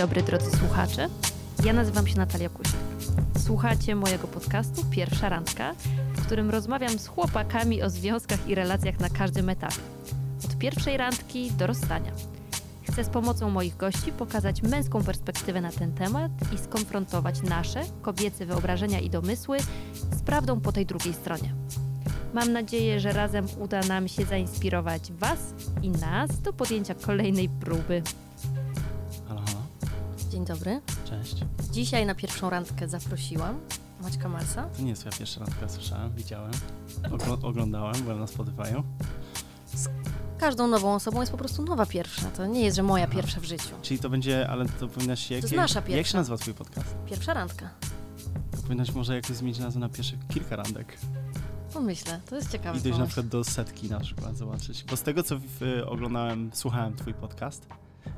dobry, drodzy słuchacze. Ja nazywam się Natalia Kusik. Słuchacie mojego podcastu Pierwsza Randka, w którym rozmawiam z chłopakami o związkach i relacjach na każdym etapie. Od pierwszej randki do rozstania. Chcę z pomocą moich gości pokazać męską perspektywę na ten temat i skonfrontować nasze, kobiece wyobrażenia i domysły z prawdą po tej drugiej stronie. Mam nadzieję, że razem uda nam się zainspirować Was i nas do podjęcia kolejnej próby. Halo. Dzień dobry. Cześć. Dzisiaj na pierwszą randkę zaprosiłam Maćka Marsa. To nie jest twoja pierwsza randka, słyszałem, widziałem, oglądałem, byłem na Spotify'u. Każdą nową osobą jest po prostu nowa pierwsza. To nie jest, że moja pierwsza w życiu. Czyli to będzie, ale to powinnaś... To jest nasza pierwsza. Jak się nazywa twój podcast? Pierwsza randka. To powinnaś może jakoś zmienić nazwę na pierwszych kilka randek. Pomyślę, to jest ciekawe. I dojść na przykład do 100 na przykład, zobaczyć. Bo z tego, co słuchałem twój podcast,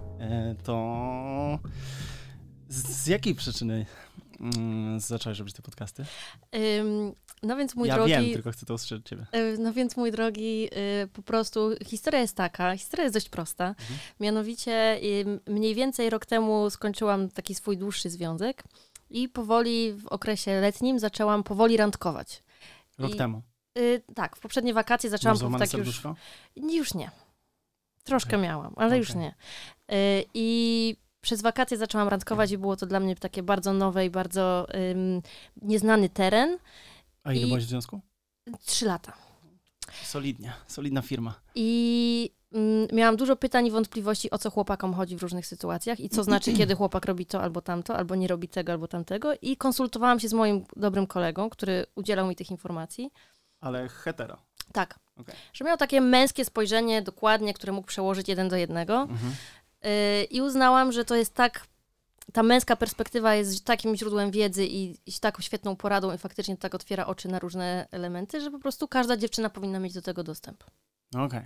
to z jakiej przyczyny zacząłeś robić te podcasty? No więc mój ja drogi... wiem, tylko chcę to usłyszeć od ciebie. No więc mój drogi, po prostu historia jest dość prosta. Mianowicie mniej więcej rok temu skończyłam taki swój dłuższy związek i powoli w okresie letnim zaczęłam powoli randkować. Rok temu? Tak, w poprzednie wakacje zaczęłam... Złamane tak serduszko? Już nie. Troszkę miałam, ale już nie. I przez wakacje zaczęłam randkować i było to dla mnie takie bardzo nowe i bardzo nieznany teren. A ile byłaś w związku? 3 lata. Solidna firma. I miałam dużo pytań i wątpliwości, o co chłopakom chodzi w różnych sytuacjach i co znaczy, kiedy chłopak robi to albo tamto, albo nie robi tego albo tamtego. I konsultowałam się z moim dobrym kolegą, który udzielał mi tych informacji. Ale hetero. Tak. Okay. Że miał takie męskie spojrzenie dokładnie, które mógł przełożyć 1 do 1. I uznałam, że to jest tak, ta męska perspektywa jest takim źródłem wiedzy i taką świetną poradą i faktycznie tak otwiera oczy na różne elementy, że po prostu każda dziewczyna powinna mieć do tego dostęp. Okej.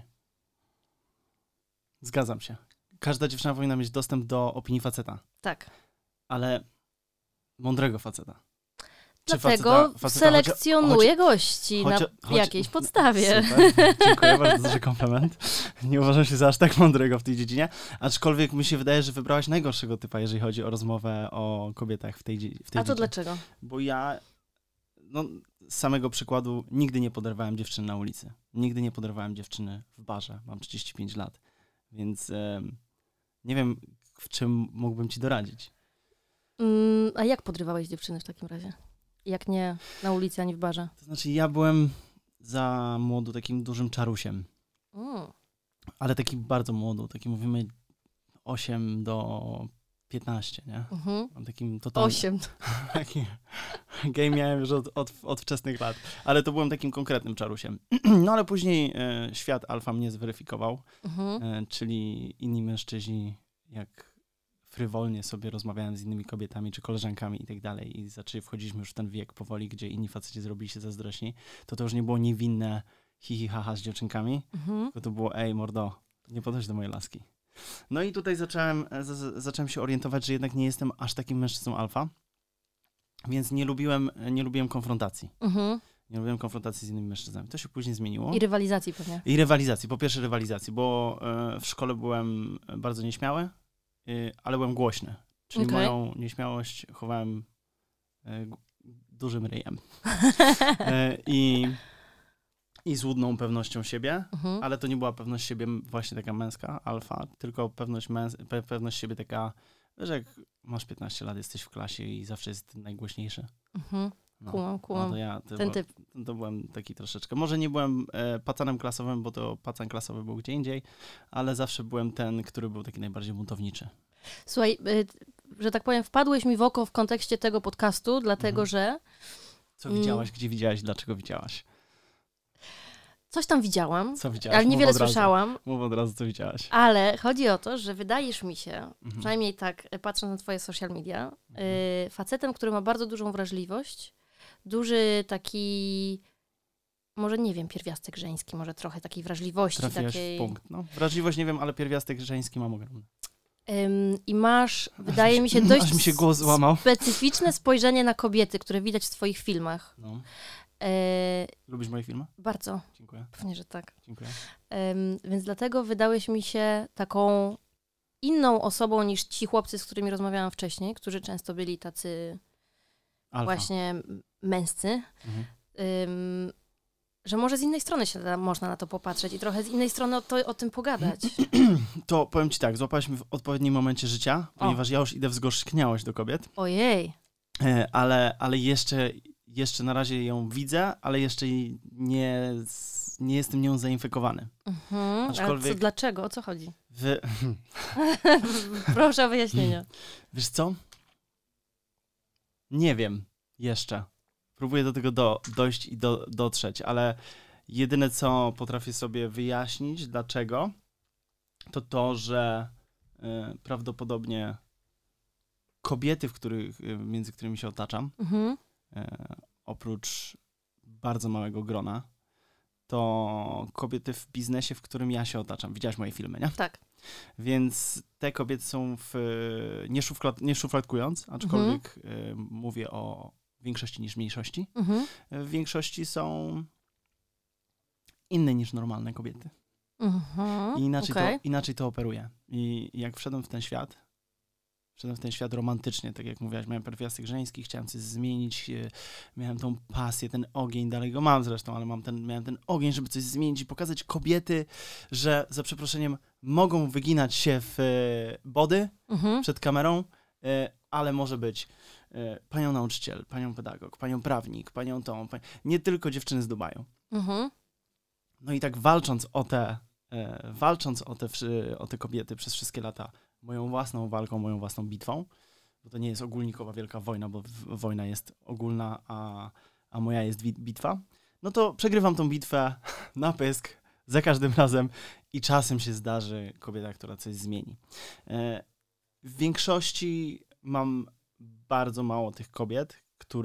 Zgadzam się. Każda dziewczyna powinna mieć dostęp do opinii faceta. Tak. Ale mądrego faceta. Dlatego selekcjonuję gości na jakiejś podstawie. Super. Dziękuję bardzo za komplement. Nie uważam się za aż tak mądrego w tej dziedzinie. Aczkolwiek mi się wydaje, że wybrałaś najgorszego typa, jeżeli chodzi o rozmowę o kobietach w tej dziedzinie. A to dlaczego? Bo ja, z samego przykładu, nigdy nie poderwałem dziewczyny na ulicy. Nigdy nie poderwałem dziewczyny w barze. Mam 35 lat. Więc nie wiem, w czym mógłbym ci doradzić. A jak podrywałeś dziewczyny w takim razie? Jak nie na ulicy, ani w barze? To znaczy, ja byłem za młodu takim dużym czarusiem. Ale taki bardzo młodu, taki mówimy 8 do 15, nie? Mam takim totalnym... 8. Taki gej miałem już od wczesnych lat. Ale to byłem takim konkretnym czarusiem. No ale później świat alfa mnie zweryfikował, czyli inni mężczyźni, jak frywolnie sobie rozmawiałem z innymi kobietami czy koleżankami i tak dalej i wchodziliśmy już w ten wiek powoli, gdzie inni faceci zrobili się zazdrośni, to już nie było niewinne haha z dziewczynkami, tylko to było ej mordo, nie podchodź do mojej laski. No i tutaj zacząłem się orientować, że jednak nie jestem aż takim mężczyzną alfa, więc nie lubiłem konfrontacji. Nie lubiłem konfrontacji z innymi mężczyznami. To się później zmieniło. I rywalizacji pewnie. I rywalizacji, po pierwsze rywalizacji, bo w szkole byłem bardzo nieśmiały, ale byłem głośny. Czyli moją nieśmiałość chowałem dużym ryjem. I złudną pewnością siebie, ale to nie była pewność siebie właśnie taka męska, alfa, tylko pewność siebie taka, że jak masz 15 lat, jesteś w klasie i zawsze jest najgłośniejszy. Kumam. Ten typ. To byłem taki troszeczkę. Może nie byłem pacanem klasowym, bo to pacan klasowy był gdzie indziej, ale zawsze byłem ten, który był taki najbardziej buntowniczy. Słuchaj, że tak powiem, wpadłeś mi w oko w kontekście tego podcastu, dlatego że... Co widziałaś, gdzie widziałaś, dlaczego widziałaś? Coś tam widziałam, co widziałaś? Ale niewiele słyszałam. Mów od razu, co widziałaś. Ale chodzi o to, że wydajesz mi się, przynajmniej tak patrząc na twoje social media, facetem, który ma bardzo dużą wrażliwość, duży taki, może nie wiem, pierwiastek żeński, może trochę takiej wrażliwości. Trafiłaś w punkt. No, wrażliwość nie wiem, ale pierwiastek żeński mam ogromny. I masz, wydaje mi się, dość aż mi się głos złamał. Specyficzne spojrzenie na kobiety, które widać w twoich filmach. No. Lubisz moje filmy? Bardzo. Dziękuję. Pewnie, że tak. Dziękuję. Więc dlatego wydałeś mi się taką inną osobą niż ci chłopcy, z którymi rozmawiałam wcześniej, którzy często byli tacy Alfa. właśnie męscy, że może z innej strony się można na to popatrzeć i trochę z innej strony o tym pogadać. To powiem ci tak, złapałaś mnie w odpowiednim momencie życia, ponieważ ja już idę w zgorzkniałość do kobiet. Ojej. Ale jeszcze na razie ją widzę, ale jeszcze nie jestem nią zainfekowany. Aczkolwiek... Ale dlaczego? O co chodzi? Proszę o wyjaśnienie. Wiesz co? Nie wiem jeszcze. Próbuję do tego dojść i dotrzeć, ale jedyne, co potrafię sobie wyjaśnić, dlaczego, to, że prawdopodobnie kobiety, między którymi się otaczam, oprócz bardzo małego grona, to kobiety w biznesie, w którym ja się otaczam. Widziałaś moje filmy, nie? Tak. Więc te kobiety są nie szufladkując, aczkolwiek mówię o większości niż mniejszości. W większości są inne niż normalne kobiety. I inaczej to operuję. I jak wszedłem w ten świat romantycznie, tak jak mówiłaś, miałem pierwiastek żeński, chciałem coś zmienić, miałem tą pasję, ten ogień, dalej go mam zresztą, ale miałem ten ogień, żeby coś zmienić i pokazać kobiety, że za przeproszeniem mogą wyginać się w body przed kamerą, ale może być panią nauczyciel, panią pedagog, panią prawnik, panią tą, nie tylko dziewczyny z Dubaju. No i tak walcząc o te kobiety przez wszystkie lata, moją własną walką, moją własną bitwą, bo to nie jest ogólnikowa wielka wojna, bo wojna jest ogólna, a moja jest bitwa, no to przegrywam tą bitwę na pysk za każdym razem i czasem się zdarzy kobieta, która coś zmieni. W większości mam bardzo mało tych kobiet,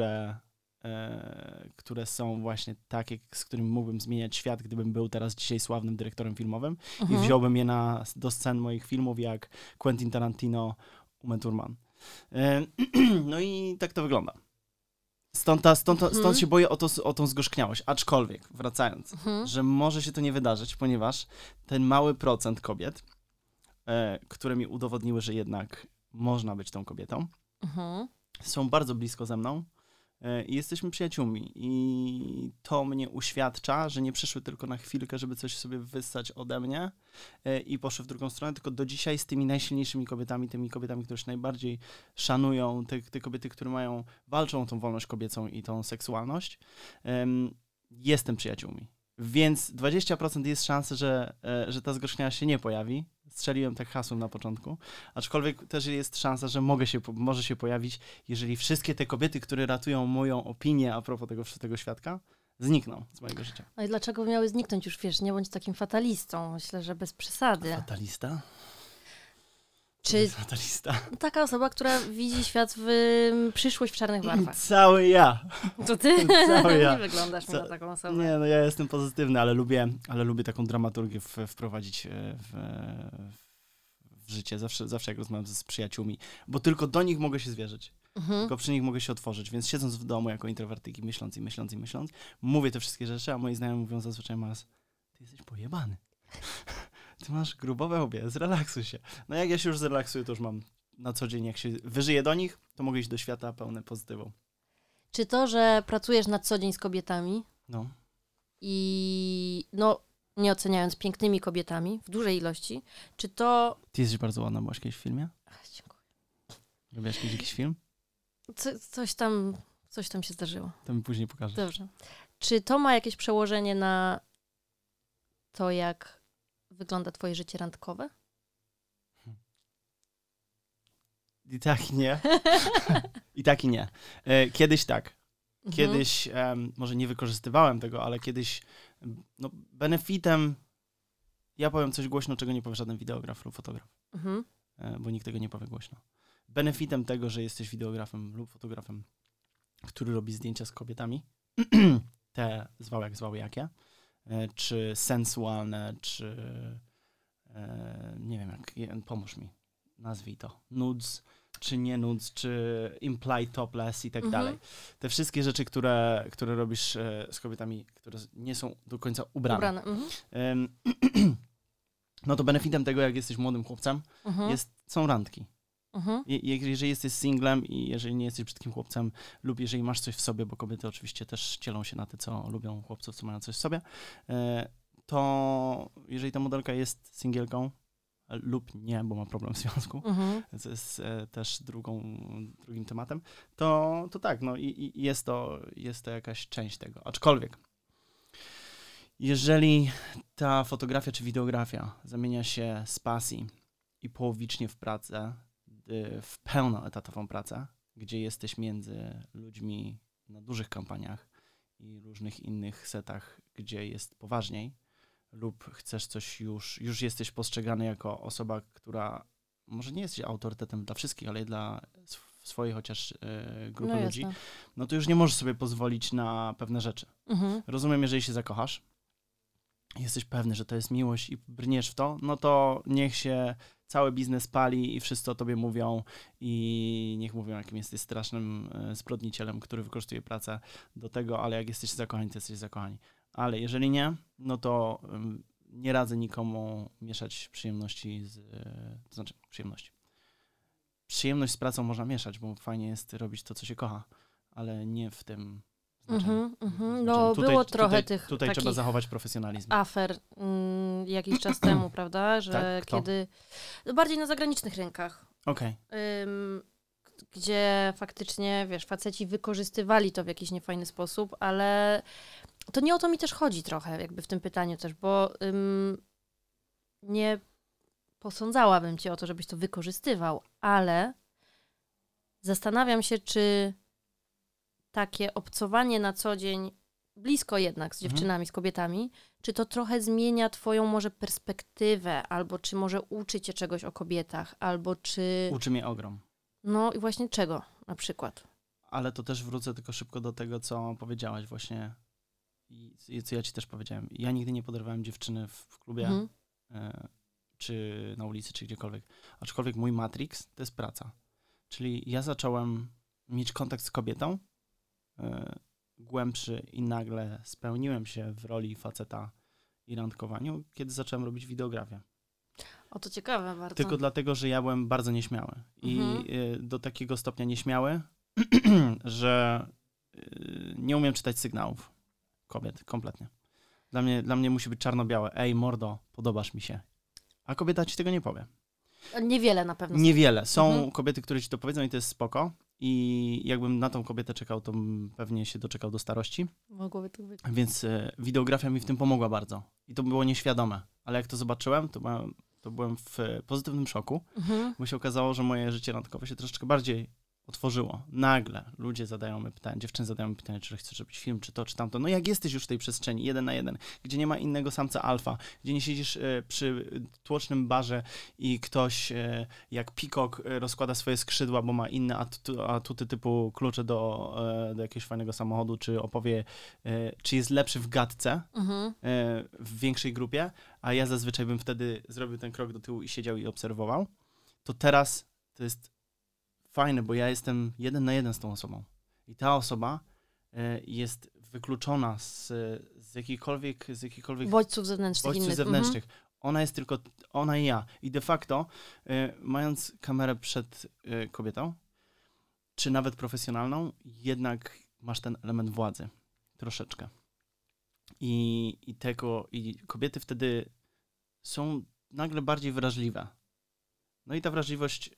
które są właśnie takie, z którymi mógłbym zmieniać świat, gdybym był teraz dzisiaj sławnym dyrektorem filmowym i wziąłbym je do scen moich filmów jak Quentin Tarantino, Uma Thurman. No i tak to wygląda. Stąd się boję o tą zgorzkniałość. Aczkolwiek, wracając, że może się to nie wydarzyć, ponieważ ten mały procent kobiet, które mi udowodniły, że jednak można być tą kobietą, są bardzo blisko ze mną i jesteśmy przyjaciółmi. I to mnie uświadcza, że nie przyszły tylko na chwilkę, żeby coś sobie wyssać ode mnie i poszły w drugą stronę, tylko do dzisiaj z tymi najsilniejszymi kobietami, tymi kobietami, które się najbardziej szanują, te kobiety, które walczą o tą wolność kobiecą i tą seksualność, jestem przyjaciółmi. Więc 20% jest szansy, że ta zgorzkniała się nie pojawi. Strzeliłem tak hasłem na początku. Aczkolwiek też jest szansa, że może się pojawić, jeżeli wszystkie te kobiety, które ratują moją opinię a propos tego świadka, znikną z mojego życia. No i dlaczego miały zniknąć? Już wiesz, nie bądź takim fatalistą. Myślę, że bez przesady. Fatalista? Czy fatalista? Taka osoba, która widzi świat przyszłość w czarnych barwach. Cały ja. To ty? Cały ja. Nie wyglądasz mi na taką osobę. Nie, no ja jestem pozytywny, ale lubię taką dramaturgię wprowadzić w życie. Zawsze jak rozmawiam z przyjaciółmi, bo tylko do nich mogę się zwierzyć. Tylko przy nich mogę się otworzyć, więc siedząc w domu jako introwertyk i myśląc, mówię te wszystkie rzeczy, a moi znajomi mówią zazwyczaj: Mars, ty jesteś pojebany. Ty masz grubowe łbie, zrelaksuj się. No jak ja się już zrelaksuję, to już mam na co dzień, jak się wyżyję do nich, to mogę iść do świata pełne pozytywą. Czy to, że pracujesz na co dzień z kobietami i nie oceniając pięknymi kobietami w dużej ilości, czy to... Ty jesteś bardzo ładna, byłaś kiedyś w filmie? Dziękuję. Robiłaś kiedyś jakiś film? Coś tam się zdarzyło. To mi później pokażesz. Dobrze. Czy to ma jakieś przełożenie na to, jak wygląda twoje życie randkowe? I tak i nie. I tak i nie. Kiedyś tak. Kiedyś może nie wykorzystywałem tego, ale kiedyś benefitem, ja powiem coś głośno, czego nie powie żaden wideograf lub fotograf. Bo nikt tego nie powie głośno. Benefitem tego, że jesteś wideografem lub fotografem, który robi zdjęcia z kobietami, te zwały jakie, czy sensualne, czy nie wiem, pomóż mi, nazwij to, nudes, czy nie nudes, czy implied topless i tak dalej. Te wszystkie rzeczy, które robisz z kobietami, które nie są do końca ubrane. No to benefitem tego, jak jesteś młodym chłopcem, są randki. Jeżeli jesteś singlem i jeżeli nie jesteś brzydkim chłopcem lub jeżeli masz coś w sobie, bo kobiety oczywiście też dzielą się na te, co lubią chłopców, co mają coś w sobie, to jeżeli ta modelka jest singielką lub nie, bo ma problem w związku, co jest też drugim tematem, to tak, no i jest to jakaś część tego. Aczkolwiek, jeżeli ta fotografia czy wideografia zamienia się z pasji i połowicznie w pracę, w pełnoetatową pracę, gdzie jesteś między ludźmi na dużych kampaniach i różnych innych setach, gdzie jest poważniej, lub chcesz coś już jesteś postrzegany jako osoba, która może nie jesteś autorytetem dla wszystkich, ale dla swojej chociaż grupy ludzi, no to już nie możesz sobie pozwolić na pewne rzeczy. Rozumiem, jeżeli się zakochasz, jesteś pewny, że to jest miłość i brniesz w to, no to niech się cały biznes pali i wszyscy o tobie mówią i niech mówią, jakim jesteś strasznym zbrodnicicielem, który wykorzystuje pracę do tego, ale jak jesteś zakochani, to jesteś zakochani. Ale jeżeli nie, no to nie radzę nikomu mieszać przyjemności to znaczy przyjemności. Przyjemność z pracą można mieszać, bo fajnie jest robić to, co się kocha, ale nie w tym znaczeniu. No było trochę tych Tutaj trzeba zachować profesjonalizm. Afer jakiś czas temu, prawda? Że tak? kiedy... Bardziej na zagranicznych rynkach. Okej. Gdzie faktycznie, wiesz, faceci wykorzystywali to w jakiś niefajny sposób, ale to nie o to mi też chodzi trochę, jakby w tym pytaniu też, bo nie posądzałabym cię o to, żebyś to wykorzystywał, ale zastanawiam się, czy takie obcowanie na co dzień, blisko jednak z dziewczynami, z kobietami, czy to trochę zmienia twoją może perspektywę, albo czy może uczy cię czegoś o kobietach, albo czy... Uczy mnie ogrom. No i właśnie czego na przykład? Ale to też wrócę tylko szybko do tego, co powiedziałaś właśnie i co ja ci też powiedziałem. Ja nigdy nie poderwałem dziewczyny w klubie, czy na ulicy, czy gdziekolwiek. Aczkolwiek mój matrix to jest praca. Czyli ja zacząłem mieć kontakt z kobietą głębszy i nagle spełniłem się w roli faceta i randkowaniu, kiedy zacząłem robić wideografię. O, to ciekawe bardzo. Tylko dlatego, że ja byłem bardzo nieśmiały. I do takiego stopnia nieśmiały, że nie umiem czytać sygnałów kobiet kompletnie. Dla mnie musi być czarno-białe. Ej, mordo, podobasz mi się. A kobieta ci tego nie powie. Niewiele na pewno. Niewiele. Są kobiety, które ci to powiedzą i to jest spoko. I jakbym na tą kobietę czekał, to pewnie się doczekał do starości. Mogłoby to być. Więc wideografia mi w tym pomogła bardzo. I to było nieświadome. Ale jak to zobaczyłem, to byłem w pozytywnym szoku, bo się okazało, że moje życie randkowe się troszeczkę bardziej otworzyło. Nagle ludzie zadają mi pytania, dziewczyny zadają mi pytania, czy chcesz robić film, czy to, czy tamto. No jak jesteś już w tej przestrzeni, 1 na 1, gdzie nie ma innego samca alfa, gdzie nie siedzisz przy tłocznym barze i ktoś jak pikok rozkłada swoje skrzydła, bo ma inne atuty typu klucze do jakiegoś fajnego samochodu, czy opowie, czy jest lepszy w gadce w większej grupie, a ja zazwyczaj bym wtedy zrobił ten krok do tyłu i siedział i obserwował, to teraz to jest fajne, bo ja jestem 1 na 1 z tą osobą. I ta osoba jest wykluczona z jakichkolwiek bodźców zewnętrznych. Ona jest tylko ona i ja. I de facto, mając kamerę przed kobietą, czy nawet profesjonalną, masz ten element władzy. Troszeczkę. I kobiety wtedy są nagle bardziej wrażliwe. No i ta wrażliwość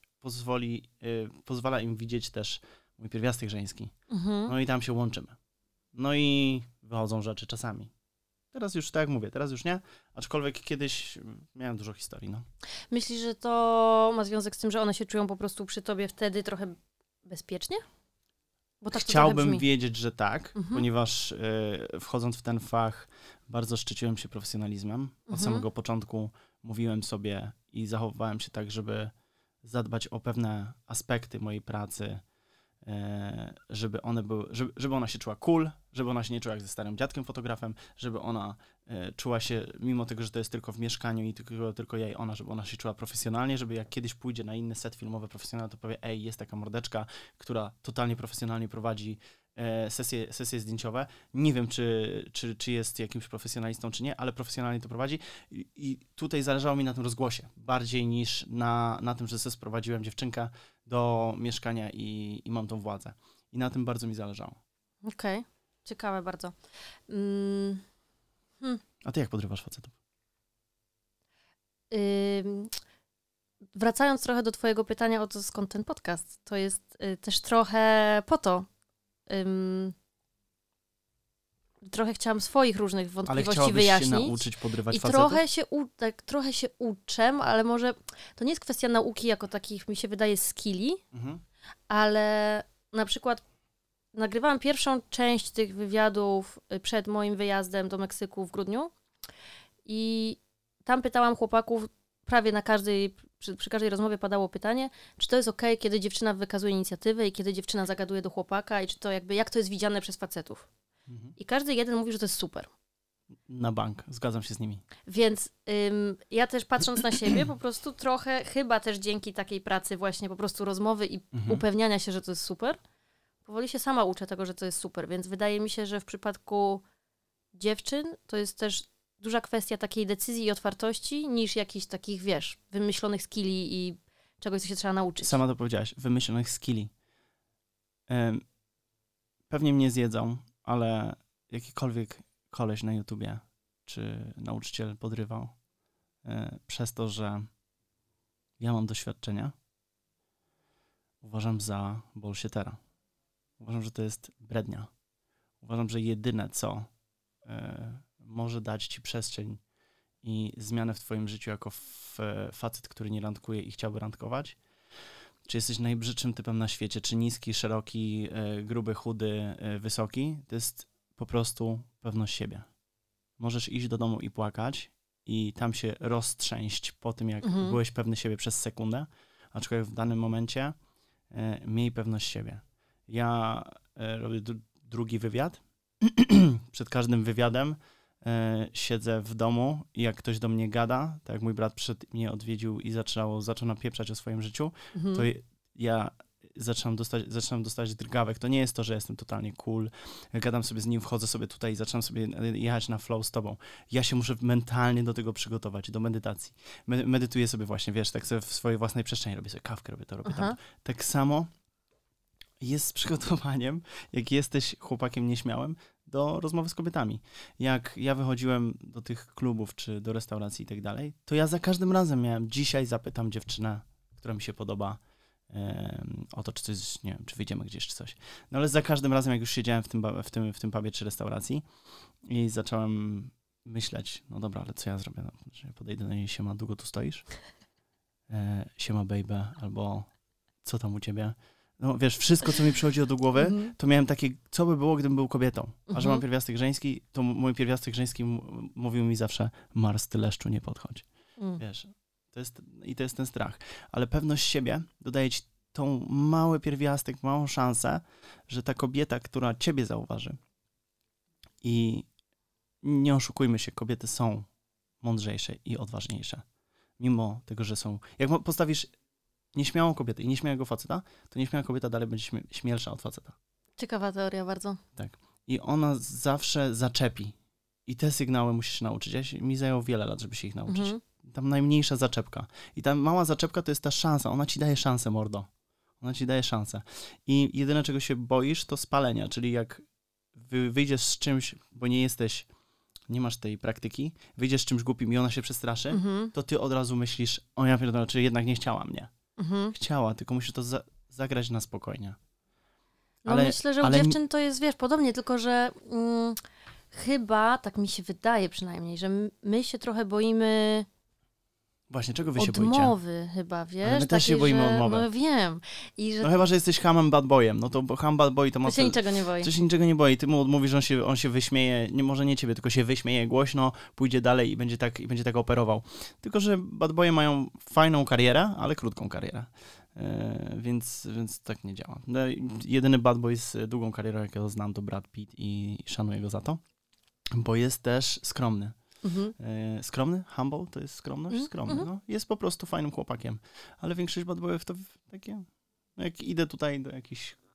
pozwala im widzieć też mój pierwiastek żeński. No i tam się łączymy. No i wychodzą rzeczy czasami. Teraz już, tak jak mówię, teraz już nie, aczkolwiek kiedyś miałem dużo historii, no. Myślisz, że to ma związek z tym, że one się czują po prostu przy tobie wtedy trochę bezpiecznie? Bo tak chciałbym wiedzieć, że tak, ponieważ wchodząc w ten fach bardzo szczyciłem się profesjonalizmem. Od samego początku mówiłem sobie i zachowywałem się tak, żeby zadbać o pewne aspekty mojej pracy, żeby ona się czuła cool, żeby ona się nie czuła jak ze starym dziadkiem fotografem, żeby ona czuła się, mimo tego, że to jest tylko w mieszkaniu i tylko ja i ona, żeby ona się czuła profesjonalnie, żeby jak kiedyś pójdzie na inny set filmowy profesjonalny, to powie, ej, jest taka mordeczka, która totalnie profesjonalnie prowadzi sesje zdjęciowe. Nie wiem, czy jest jakimś profesjonalistą, czy nie, ale profesjonalnie to prowadzi. I tutaj zależało mi na tym rozgłosie, bardziej niż na tym, że sobie sprowadziłem dziewczynkę do mieszkania i mam tą władzę. I na tym bardzo mi zależało. Okej. Ciekawe bardzo. A ty jak podrywasz facetów? Wracając trochę do twojego pytania o to, skąd ten podcast, to jest też trochę po to. Trochę chciałam swoich różnych wątpliwości wyjaśnić. Ale się nauczyć podrywać I facetów? trochę się uczę, ale może to nie jest kwestia nauki jako takich, mi się wydaje, skilli, ale na przykład nagrywałam pierwszą część tych wywiadów przed moim wyjazdem do Meksyku w grudniu i tam pytałam chłopaków, prawie na przy każdej rozmowie padało pytanie, czy to jest okej, kiedy dziewczyna wykazuje inicjatywę i kiedy dziewczyna zagaduje do chłopaka i czy to jak to jest widziane przez facetów. I każdy jeden mówi, że to jest super. Na bank, zgadzam się z nimi. Więc ja też patrząc na siebie, po prostu trochę, chyba też dzięki takiej pracy właśnie po prostu rozmowy i upewniania się, że to jest super, powoli się sama uczę tego, że to jest super. Więc wydaje mi się, że w przypadku dziewczyn to jest też duża kwestia takiej decyzji i otwartości niż jakichś takich, wiesz, wymyślonych skilli i czegoś, co się trzeba nauczyć. Sama to powiedziałaś, wymyślonych skilli. Pewnie mnie zjedzą, ale jakikolwiek koleś na YouTubie czy nauczyciel podrywał przez to, że ja mam doświadczenia, uważam za bullshitera. Uważam, że to jest brednia. Uważam, że jedyne, co może dać ci przestrzeń i zmianę w twoim życiu jako facet, który nie randkuje i chciałby randkować, czy jesteś najbrzydszym typem na świecie, czy niski, szeroki, gruby, chudy, wysoki, to jest po prostu pewność siebie. Możesz iść do domu i płakać i tam się roztrzęść po tym, jak byłeś pewny siebie przez sekundę, aczkolwiek w danym momencie miej pewność siebie. Ja robię drugi wywiad. Przed każdym wywiadem siedzę w domu i jak ktoś do mnie gada, tak jak mój brat mnie odwiedził i zaczął napieprzać o swoim życiu, to ja zaczynam dostać drgawek. To nie jest to, że jestem totalnie cool, gadam sobie z nim, wchodzę sobie tutaj i zaczynam sobie jechać na flow z tobą. Ja się muszę mentalnie do tego przygotować, do medytacji. Medytuję sobie właśnie, wiesz, tak sobie w swojej własnej przestrzeni, robię sobie kawkę, robię tamto. Tak samo jest z przygotowaniem, jak jesteś chłopakiem nieśmiałym, do rozmowy z kobietami. Jak ja wychodziłem do tych klubów, czy do restauracji i tak dalej, to ja za każdym razem miałem, dzisiaj zapytam dziewczynę, która mi się podoba, o to, czy coś, nie wiem, czy wyjdziemy gdzieś, czy coś. No ale za każdym razem, jak już siedziałem w tym pubie, czy restauracji i zacząłem myśleć, no dobra, ale co ja zrobię? No, że podejdę do niej, siema, długo tu stoisz? Siema, baby, albo co tam u ciebie? No wiesz, wszystko, co mi przychodziło do głowy, to miałem takie, co by było, gdybym był kobietą. A że mam pierwiastek żeński, to mój pierwiastek żeński mówił mi zawsze, Mars, ty leszczu, nie podchodź. Wiesz, to jest ten strach. Ale pewność siebie dodaje ci tą mały pierwiastek, małą szansę, że ta kobieta, która ciebie zauważy i nie oszukujmy się, kobiety są mądrzejsze i odważniejsze. Mimo tego, że są... Jak postawisz nieśmiałą kobietę i nieśmiałego faceta, to nieśmiała kobieta dalej będzie śmielsza od faceta. Ciekawa teoria bardzo. Tak. I ona zawsze zaczepi. I te sygnały musisz się nauczyć. Mi zajęło wiele lat, żeby się ich nauczyć. Tam najmniejsza zaczepka. I ta mała zaczepka to jest ta szansa. Ona ci daje szansę, mordo. Ona ci daje szansę. I jedyne, czego się boisz, to spalenia. Czyli jak wyjdziesz z czymś, bo nie masz tej praktyki, wyjdziesz z czymś głupim i ona się przestraszy, to ty od razu myślisz, o ja pierdolę, czy jednak nie chciała mnie. Chciała, tylko musisz to zagrać na spokojnie. No myślę, że u dziewczyn to jest, wiesz, podobnie, tylko że chyba, tak mi się wydaje przynajmniej, że my się trochę boimy właśnie, czego wy się boicie? Odmowy chyba, wiesz? Ale my też się boimy odmowy. No wiem. No chyba, że jesteś hamem bad boyem. No to ham bad boy to się niczego nie boi. To się niczego nie boi. Ty mu odmówisz, on się wyśmieje, może nie ciebie, tylko się wyśmieje głośno, pójdzie dalej i będzie tak operował. Tylko, że bad boye mają fajną karierę, ale krótką karierę. Więc tak nie działa. No, jedyny bad boy z długą karierą, jakiego znam, to Brad Pitt i szanuję go za to, bo jest też skromny. Skromny? Humble? To jest skromność? Skromny. No, jest po prostu fajnym chłopakiem. Ale większość bad boyów to takie... No jak idę tutaj do jakichś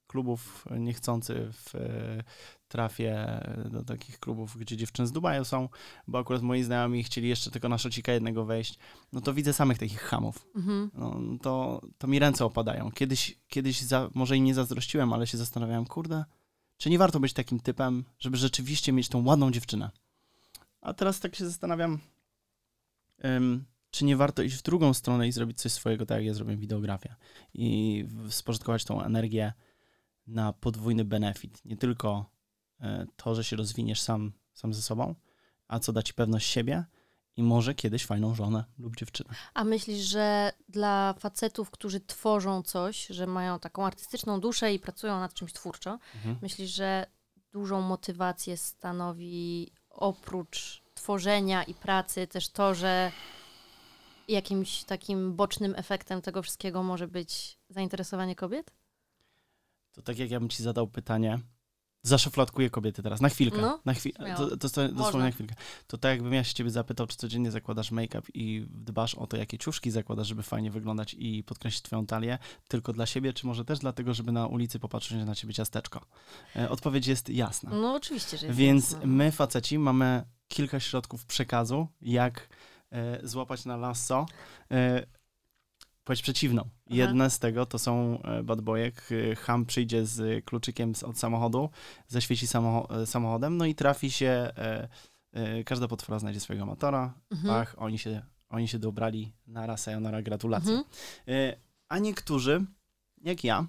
klubów niechcący trafię do takich klubów, gdzie dziewczyny z Dubaju są, bo akurat moi znajomi chcieli jeszcze tylko na szocika jednego wejść, no to widzę samych takich chamów. No, to mi ręce opadają. Kiedyś może im nie zazdrościłem, ale się zastanawiałem, kurde, czy nie warto być takim typem, żeby rzeczywiście mieć tą ładną dziewczynę. A teraz tak się zastanawiam, czy nie warto iść w drugą stronę i zrobić coś swojego, tak jak ja zrobiłem wideografię. I spożytkować tą energię na podwójny benefit. Nie tylko to, że się rozwiniesz sam ze sobą, a co da ci pewność siebie i może kiedyś fajną żonę lub dziewczynę. A myślisz, że dla facetów, którzy tworzą coś, że mają taką artystyczną duszę i pracują nad czymś twórczo, myślisz, że dużą motywację stanowi oprócz tworzenia i pracy też to, że jakimś takim bocznym efektem tego wszystkiego może być zainteresowanie kobiet? To tak jak ja bym ci zadał pytanie, zaszufladkuję kobiety teraz, na chwilkę. No, dosłownie na chwilkę. To tak jakbym ja się ciebie zapytał, czy codziennie zakładasz make-up i dbasz o to, jakie ciuszki zakładasz, żeby fajnie wyglądać i podkreślić twoją talię, tylko dla siebie, czy może też dlatego, żeby na ulicy popatrzeć na ciebie ciasteczko? Odpowiedź jest jasna. No oczywiście, że jest Więc jasna. my, faceci, mamy kilka środków przekazu, jak złapać na lasso płeć przeciwną. Jedne z tego to są bad boyek. Cham przyjdzie z kluczykiem od samochodu, zaświeci samochodem, no i trafi się, każda potwora znajdzie swojego amatora. Ach, oni się dobrali, nara, sayonara, gratulacje. A niektórzy, jak ja,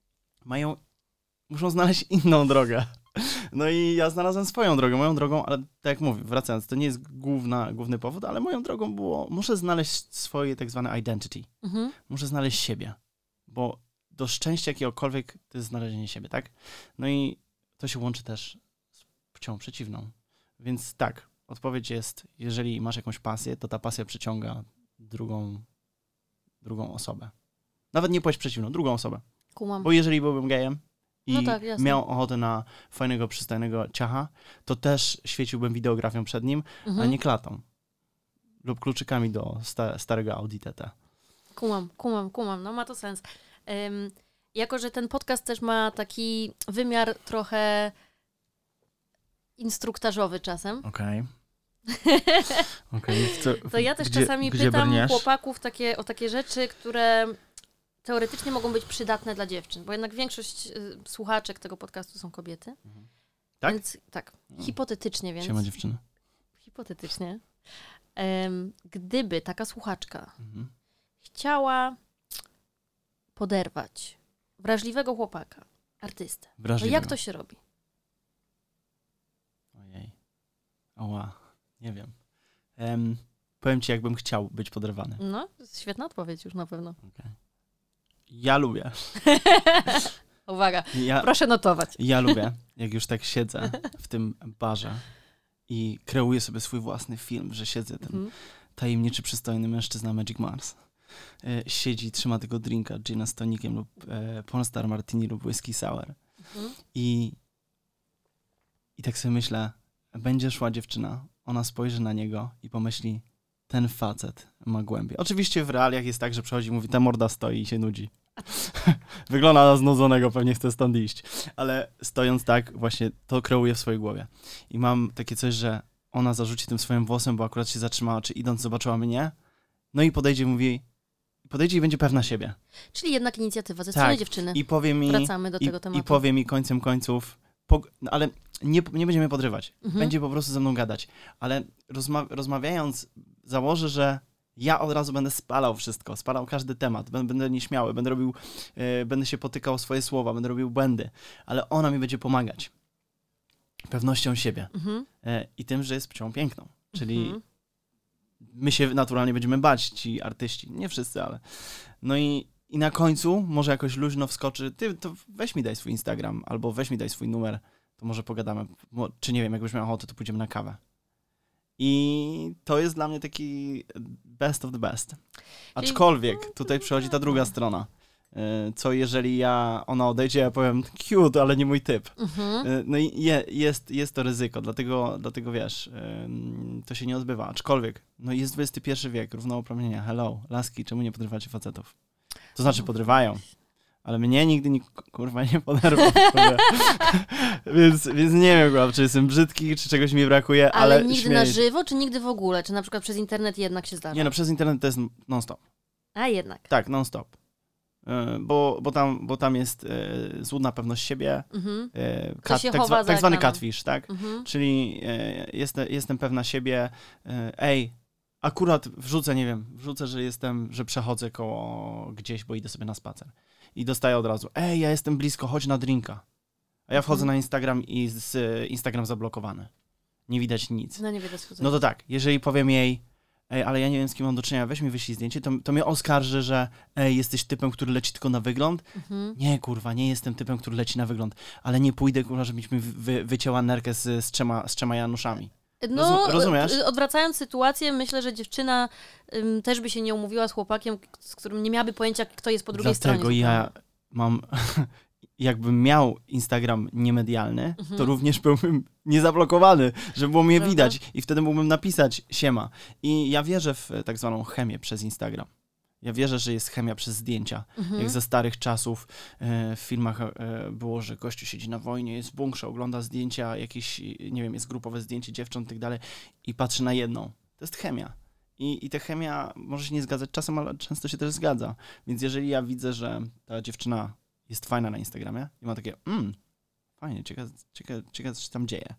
muszą znaleźć inną drogę. No i ja znalazłem swoją drogę, moją drogą, ale tak jak mówię, wracając, to nie jest główny powód, ale moją drogą było, muszę znaleźć swoje tak zwane identity. Muszę znaleźć siebie, bo do szczęścia jakiegokolwiek to jest znalezienie siebie, tak? No i to się łączy też z płcią przeciwną. Więc tak, odpowiedź jest, jeżeli masz jakąś pasję, to ta pasja przyciąga drugą osobę. Nawet nie płeć przeciwną, drugą osobę. Kumam. Bo jeżeli byłbym gejem, i tak, miał ochotę na fajnego, przystojnego ciacha, to też świeciłbym wideografią przed nim, a nie klatą. Lub kluczykami do starego Audi TT. Kumam. No ma to sens. Jako, że ten podcast też ma taki wymiar trochę instruktażowy czasem. Okej. To ja też czasami pytam chłopaków o takie rzeczy, które teoretycznie mogą być przydatne dla dziewczyn, bo jednak większość słuchaczek tego podcastu są kobiety. Tak? Więc, tak, hipotetycznie więc. Siema dziewczyny. Hipotetycznie. Gdyby taka słuchaczka chciała poderwać wrażliwego chłopaka, artystę, to jak to się robi? Ojej. Oła. Nie wiem. Powiem ci, jakbym chciał być poderwany. No, to jest świetna odpowiedź już na pewno. Okay. Ja lubię. Uwaga, proszę notować. Ja lubię, jak już tak siedzę w tym barze i kreuję sobie swój własny film, że siedzę ten tajemniczy, przystojny mężczyzna Magic Mars. Siedzi, trzyma tego drinka, gina z tonikiem lub Pornstar Martini lub Whisky Sour. I tak sobie myślę, będzie szła dziewczyna, ona spojrzy na niego i pomyśli, ten facet ma głębię. Oczywiście w realiach jest tak, że przychodzi i mówi, ta morda stoi i się nudzi. Wygląda na znudzonego, pewnie chce stąd iść. Ale stojąc tak, właśnie to kreuję w swojej głowie. I mam takie coś, że ona zarzuci tym swoim włosem, bo akurat się zatrzymała, czy idąc zobaczyła mnie, no i podejdzie i będzie pewna siebie. Czyli jednak inicjatywa ze strony dziewczyny. I powie mi, wracamy do tego tematu. I powie mi końcem końców, ale nie będziemy podrywać. Będzie po prostu ze mną gadać. Ale rozmawiając, założę, że ja od razu będę spalał wszystko, spalał każdy temat, będę nieśmiały, będę się potykał o swoje słowa, będę robił błędy, ale ona mi będzie pomagać pewnością siebie i tym, że jest płcią piękną. Czyli my się naturalnie będziemy bać, ci artyści, nie wszyscy, ale... No i na końcu może jakoś luźno wskoczy, ty to weź mi daj swój Instagram, albo weź mi daj swój numer, to może pogadamy, czy nie wiem, jakbyś miał ochotę, to pójdziemy na kawę. I to jest dla mnie taki best of the best. Aczkolwiek tutaj przychodzi ta druga strona. Co jeżeli ona odejdzie, ja powiem cute, ale nie mój typ. No i jest to ryzyko, dlatego wiesz, to się nie odbywa. Aczkolwiek, no jest XXI wiek, równouprawnienia. Hello, laski, czemu nie podrywacie facetów? To znaczy podrywają, Ale mnie nigdy nikt, kurwa, nie poderwał. więc nie wiem, kurwa, czy jestem brzydki, czy czegoś mi brakuje, ale nigdy na żywo, czy nigdy w ogóle? Czy na przykład przez internet jednak się zdarza? Nie, no przez internet to jest non-stop. A jednak. Tak, non-stop. Bo tam jest złudna pewność siebie, tak zwany catfish, tak? Czyli jestem pewna siebie, akurat wrzucę, że przechodzę koło gdzieś, bo idę sobie na spacer. I dostaję od razu, ja jestem blisko, chodź na drinka. A ja wchodzę na Instagram i Instagram zablokowany. Nie widać nic. No nie widać. No to tak, jeżeli powiem jej, ale ja nie wiem, z kim mam do czynienia, weź mi wyślij zdjęcie, to mnie oskarży, że jesteś typem, który leci tylko na wygląd. Nie, kurwa, nie jestem typem, który leci na wygląd, ale nie pójdę, kurwa, żebyś mi wycięła nerkę z trzema Januszami. No, rozumiesz? Odwracając sytuację, myślę, że dziewczyna też by się nie umówiła z chłopakiem, z którym nie miałaby pojęcia, kto jest po drugiej stronie. Dlatego ja mam... Jakbym miał Instagram niemedialny, to również byłbym niezablokowany, żeby było mnie widać i wtedy mógłbym napisać siema. I ja wierzę w tak zwaną chemię przez Instagram. Ja wierzę, że jest chemia przez zdjęcia. Jak ze starych czasów w filmach było, że gościu siedzi na wojnie, jest w bunkrze, ogląda zdjęcia, jakieś, nie wiem, jest grupowe zdjęcie dziewcząt i tak dalej i patrzy na jedną. To jest chemia. I ta chemia może się nie zgadzać czasem, ale często się też zgadza. Więc jeżeli ja widzę, że ta dziewczyna jest fajna na Instagramie i ma takie, fajnie, ciekawe, co się tam dzieje.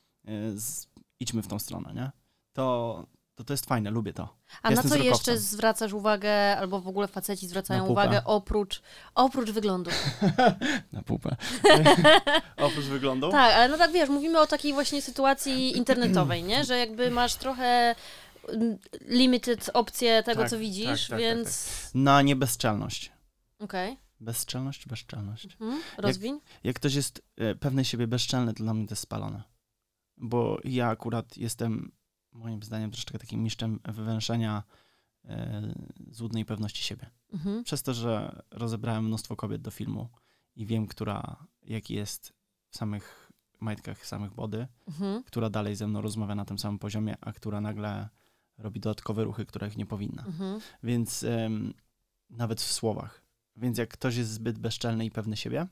Idźmy w tą stronę, nie? To jest fajne, lubię to. A na co jeszcze zwracasz uwagę, albo w ogóle faceci zwracają uwagę oprócz wyglądu? Na pupę. Oprócz wyglądu? Tak, ale no tak wiesz, mówimy o takiej właśnie sytuacji internetowej, nie? Że jakby masz trochę limited opcje tego, co widzisz, więc... Tak. Na niebezczelność. Okej. Bezczelność czy bezczelność? Rozwiń. Jak ktoś jest pewny siebie bezczelny, to dla mnie to jest spalone. Bo ja akurat jestem, moim zdaniem, troszeczkę takim mistrzem wywęszenia złudnej pewności siebie. Przez to, że rozebrałem mnóstwo kobiet do filmu i wiem, jaki jest w samych majtkach, w samych body, która dalej ze mną rozmawia na tym samym poziomie, a która nagle robi dodatkowe ruchy, których nie powinna. Więc nawet w słowach. Więc jak ktoś jest zbyt bezczelny i pewny siebie,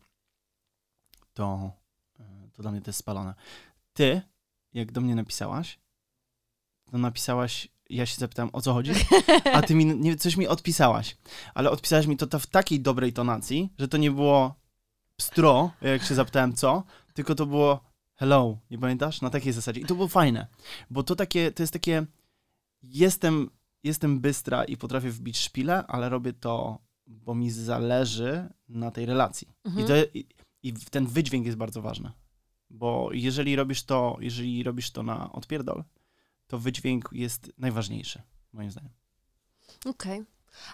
to dla mnie to jest spalone. Ty, jak do mnie napisałaś, ja się zapytałem, o co chodzi, a ty coś mi odpisałaś. Ale odpisałaś mi to w takiej dobrej tonacji, że to nie było pstro, jak się zapytałem co, tylko to było hello, nie pamiętasz? Na takiej zasadzie. I to było fajne, bo to jest takie, jestem bystra i potrafię wbić szpilę, ale robię to, bo mi zależy na tej relacji. I ten wydźwięk jest bardzo ważny. Bo jeżeli robisz to na odpierdol, to wydźwięk jest najważniejszy, moim zdaniem. Okej.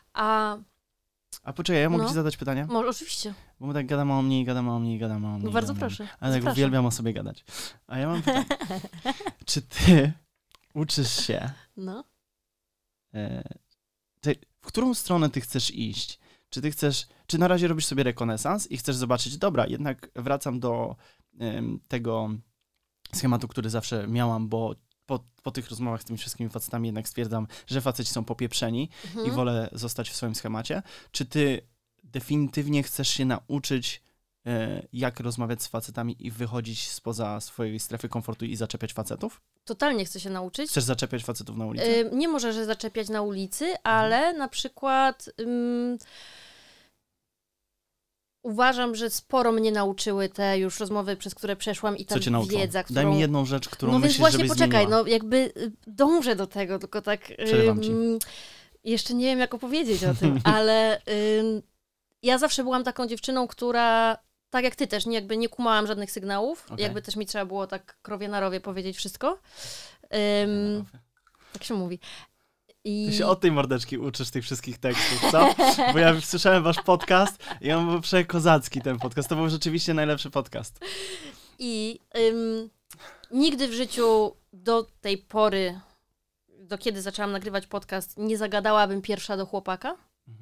A poczekaj, ja mogę ci zadać pytanie? Może, oczywiście. Bo my tak gadamy o mnie. No bardzo proszę. Ale tak uwielbiam o sobie gadać. A ja mam pytanie. Czy ty uczysz się... No. W którą stronę ty chcesz iść? Czy na razie robisz sobie rekonesans i chcesz zobaczyć, dobra, jednak wracam do tego schematu, który zawsze miałam, bo po tych rozmowach z tymi wszystkimi facetami jednak stwierdzam, że faceci są popieprzeni i wolę zostać w swoim schemacie. Czy ty definitywnie chcesz się nauczyć, jak rozmawiać z facetami i wychodzić spoza swojej strefy komfortu i zaczepiać facetów? Totalnie chcę się nauczyć. Chcesz zaczepiać facetów na ulicy? Nie może, że zaczepiać na ulicy, ale na przykład uważam, że sporo mnie nauczyły te już rozmowy, przez które przeszłam i ta wiedza, którą... Daj mi jedną rzecz, którą no myślisz, właśnie, żebyś poczekaj, zmieniła. no jakby dążę do tego, tylko tak... Przerywam ci. Jeszcze nie wiem, jak opowiedzieć o tym, ale ja zawsze byłam taką dziewczyną, która... Tak jak ty też, jakby nie kumałam żadnych sygnałów. Okay. Jakby też mi trzeba było tak krowie na rowie powiedzieć wszystko. Tak się mówi. Ty się od tej mordeczki uczysz tych wszystkich tekstów, co? Bo ja słyszałem wasz podcast i on był przekozacki, ten podcast. To był rzeczywiście najlepszy podcast. I nigdy w życiu do tej pory, do kiedy zaczęłam nagrywać podcast, nie zagadałabym pierwsza do chłopaka.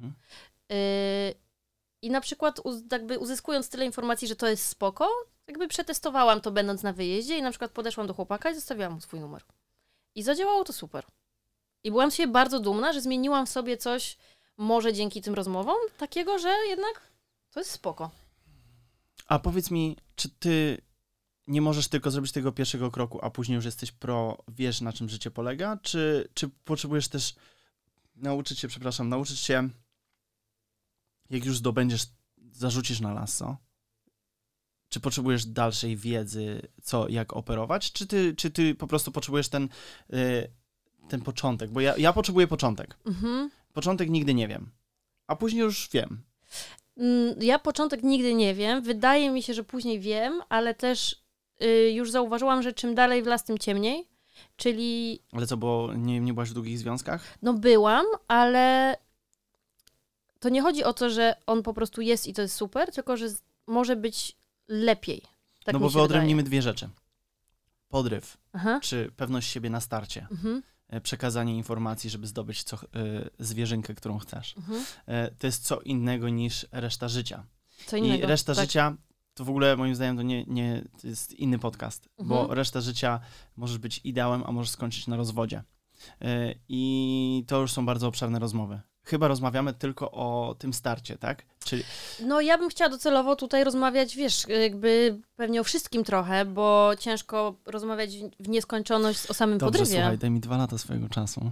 I na przykład jakby uzyskując tyle informacji, że to jest spoko, jakby przetestowałam to będąc na wyjeździe i na przykład podeszłam do chłopaka i zostawiłam mu swój numer. I zadziałało to super. I byłam z siebie bardzo dumna, że zmieniłam w sobie coś, może dzięki tym rozmowom, takiego, że jednak To jest spoko. A powiedz mi, czy ty nie możesz tylko zrobić tego pierwszego kroku, a później już jesteś wiesz, na czym życie polega? Czy potrzebujesz też nauczyć się, jak już zarzucisz na lasso? Czy potrzebujesz dalszej wiedzy, jak operować? Czy ty po prostu potrzebujesz ten początek? Bo ja potrzebuję początek. Początek nigdy nie wiem, a później już wiem. Ja początek nigdy nie wiem. Wydaje mi się, że później wiem, ale też już zauważyłam, że czym dalej w las, tym ciemniej. Czyli... Ale co, bo nie byłaś w długich związkach? No byłam, ale to nie chodzi o to, że on po prostu jest i to jest super, tylko że może być lepiej. Tak no mi bo się wyodrębnimy wydaje. dwie rzeczy. Podryw, czy pewność siebie na starcie. Przekazanie informacji, żeby zdobyć zwierzynkę, którą chcesz. To jest co innego niż reszta życia. Co innego, I reszta życia, to w ogóle moim zdaniem to jest inny podcast, bo reszta życia możesz być ideałem, a możesz skończyć na rozwodzie. I to już są bardzo obszerne rozmowy. Chyba rozmawiamy tylko o tym starcie, tak? Czyli... No ja bym chciała docelowo tutaj rozmawiać, wiesz, jakby pewnie o wszystkim trochę, bo ciężko rozmawiać w nieskończoność o samym podrywie. Dobrze, słuchaj, daj mi 2 lata swojego czasu.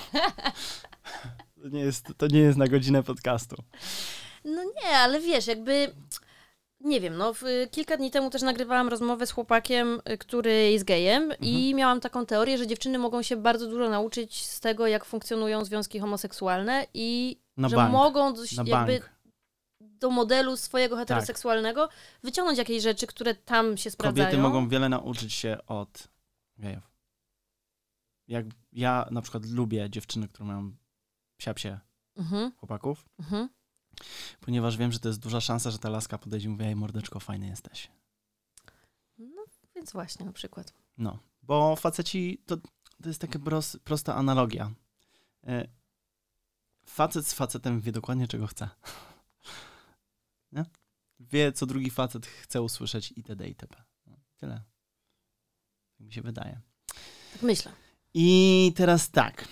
To nie jest na godzinę podcastu. No nie, ale wiesz, jakby... Nie wiem, kilka dni temu też nagrywałam rozmowę z chłopakiem, który jest gejem i miałam taką teorię, że dziewczyny mogą się bardzo dużo nauczyć z tego, jak funkcjonują związki homoseksualne i mogą jakby do modelu swojego heteroseksualnego wyciągnąć jakieś rzeczy, które tam się sprawdzają. Kobiety mogą wiele nauczyć się od gejów. Jak ja na przykład lubię dziewczyny, które mają psia chłopaków, ponieważ wiem, że to jest duża szansa, że ta laska podejdzie i mówi: ej, mordeczko, fajny jesteś. No, więc właśnie na przykład. No, bo faceci, to jest taka prosta analogia. Facet z facetem wie dokładnie, czego chce. Nie? Wie, co drugi facet chce usłyszeć itd. itp. No, tyle. Tak mi się wydaje. Tak myślę. I teraz tak.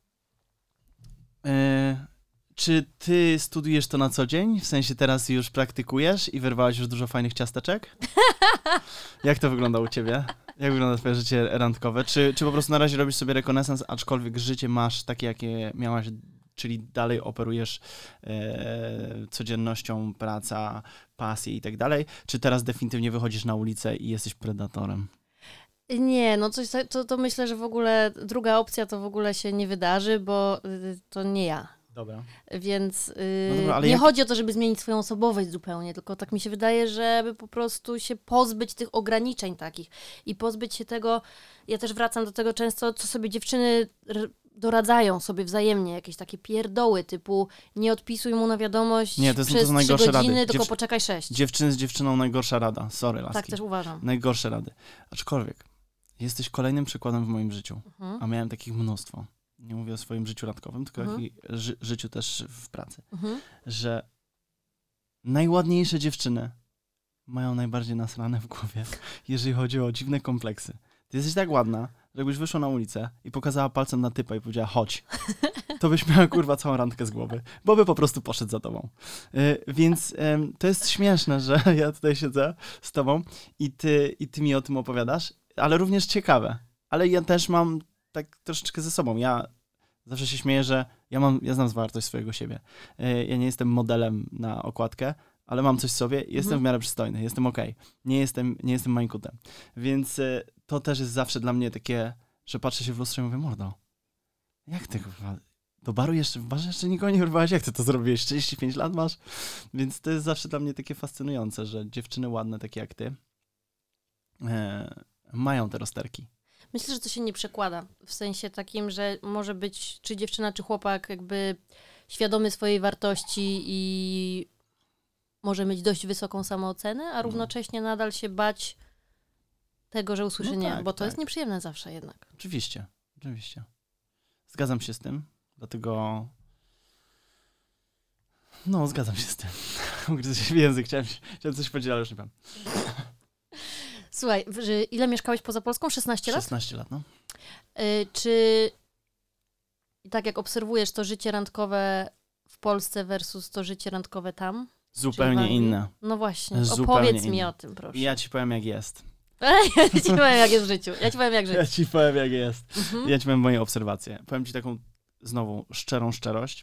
Czy ty studujesz to na co dzień? W sensie teraz już praktykujesz i wyrwałaś już dużo fajnych ciasteczek? Jak to wygląda u ciebie? Jak wygląda twoje życie randkowe? Czy po prostu na razie robisz sobie rekonesans, aczkolwiek życie masz takie, jakie miałaś, czyli dalej operujesz codziennością, praca, pasje i tak dalej? Czy teraz definitywnie wychodzisz na ulicę i jesteś predatorem? Nie, no to myślę, że w ogóle druga opcja to w ogóle się nie wydarzy, bo to nie ja. Dobra. Więc no dobra, ale nie chodzi o to, żeby zmienić swoją osobowość zupełnie, tylko tak mi się wydaje, żeby po prostu się pozbyć tych ograniczeń takich i pozbyć się tego, ja też wracam do tego często, co sobie dziewczyny doradzają sobie wzajemnie, jakieś takie pierdoły typu nie odpisuj mu na wiadomość przez 3 godziny, tylko poczekaj 6. Dziewczyny z dziewczyną najgorsza rada. Sorry, laski. Tak też uważam. Najgorsze rady. Aczkolwiek jesteś kolejnym przykładem w moim życiu, a miałem takich mnóstwo. Nie mówię o swoim życiu randkowym, tylko życiu też w pracy. Że najładniejsze dziewczyny mają najbardziej nasrane w głowie, jeżeli chodzi o dziwne kompleksy. Ty jesteś tak ładna, że jakbyś wyszła na ulicę i pokazała palcem na typa i powiedziała: chodź, to byś miała kurwa całą randkę z głowy, bo by po prostu poszedł za tobą. Więc to jest śmieszne, że ja tutaj siedzę z tobą i ty mi o tym opowiadasz, ale również ciekawe. Ale ja też mam tak troszeczkę ze sobą. Ja zawsze się śmieję, że ja znam wartość swojego siebie. Ja nie jestem modelem na okładkę, ale mam coś w sobie, jestem w miarę przystojny, jestem okej. Nie jestem mańkutem. Więc to też jest zawsze dla mnie takie, że patrzę się w lustrze i mówię: mordo, jak ty kurwa, do baru w barze jeszcze nikogo nie urwałeś, jak ty to zrobiłeś? 45 lat masz? Więc to jest zawsze dla mnie takie fascynujące, że dziewczyny ładne, takie jak ty, mają te rozterki. Myślę, że to się nie przekłada. W sensie takim, że może być czy dziewczyna, czy chłopak jakby świadomy swojej wartości i może mieć dość wysoką samoocenę, a równocześnie nadal się bać tego, że usłyszy nie, bo to jest nieprzyjemne zawsze jednak. Oczywiście. Zgadzam się z tym, dlatego... No, zgadzam się z tym. Ugryzę się w język, chciałem coś powiedzieć, ale już nie wiem. Słuchaj, ile mieszkałeś poza Polską? 16 lat? 16 lat, no. Czy tak jak obserwujesz to życie randkowe w Polsce versus to życie randkowe tam, Zupełnie inne. No właśnie, Zupełnie opowiedz mi inne. o tym, proszę. Ja ci powiem, jak jest. Ja ci powiem, jak jest w życiu. Ja ci powiem, jak żyć. Ja ci powiem, jak jest. Mhm. Ja ci powiem moje obserwacje. Powiem ci taką, znowu, szczerą szczerość.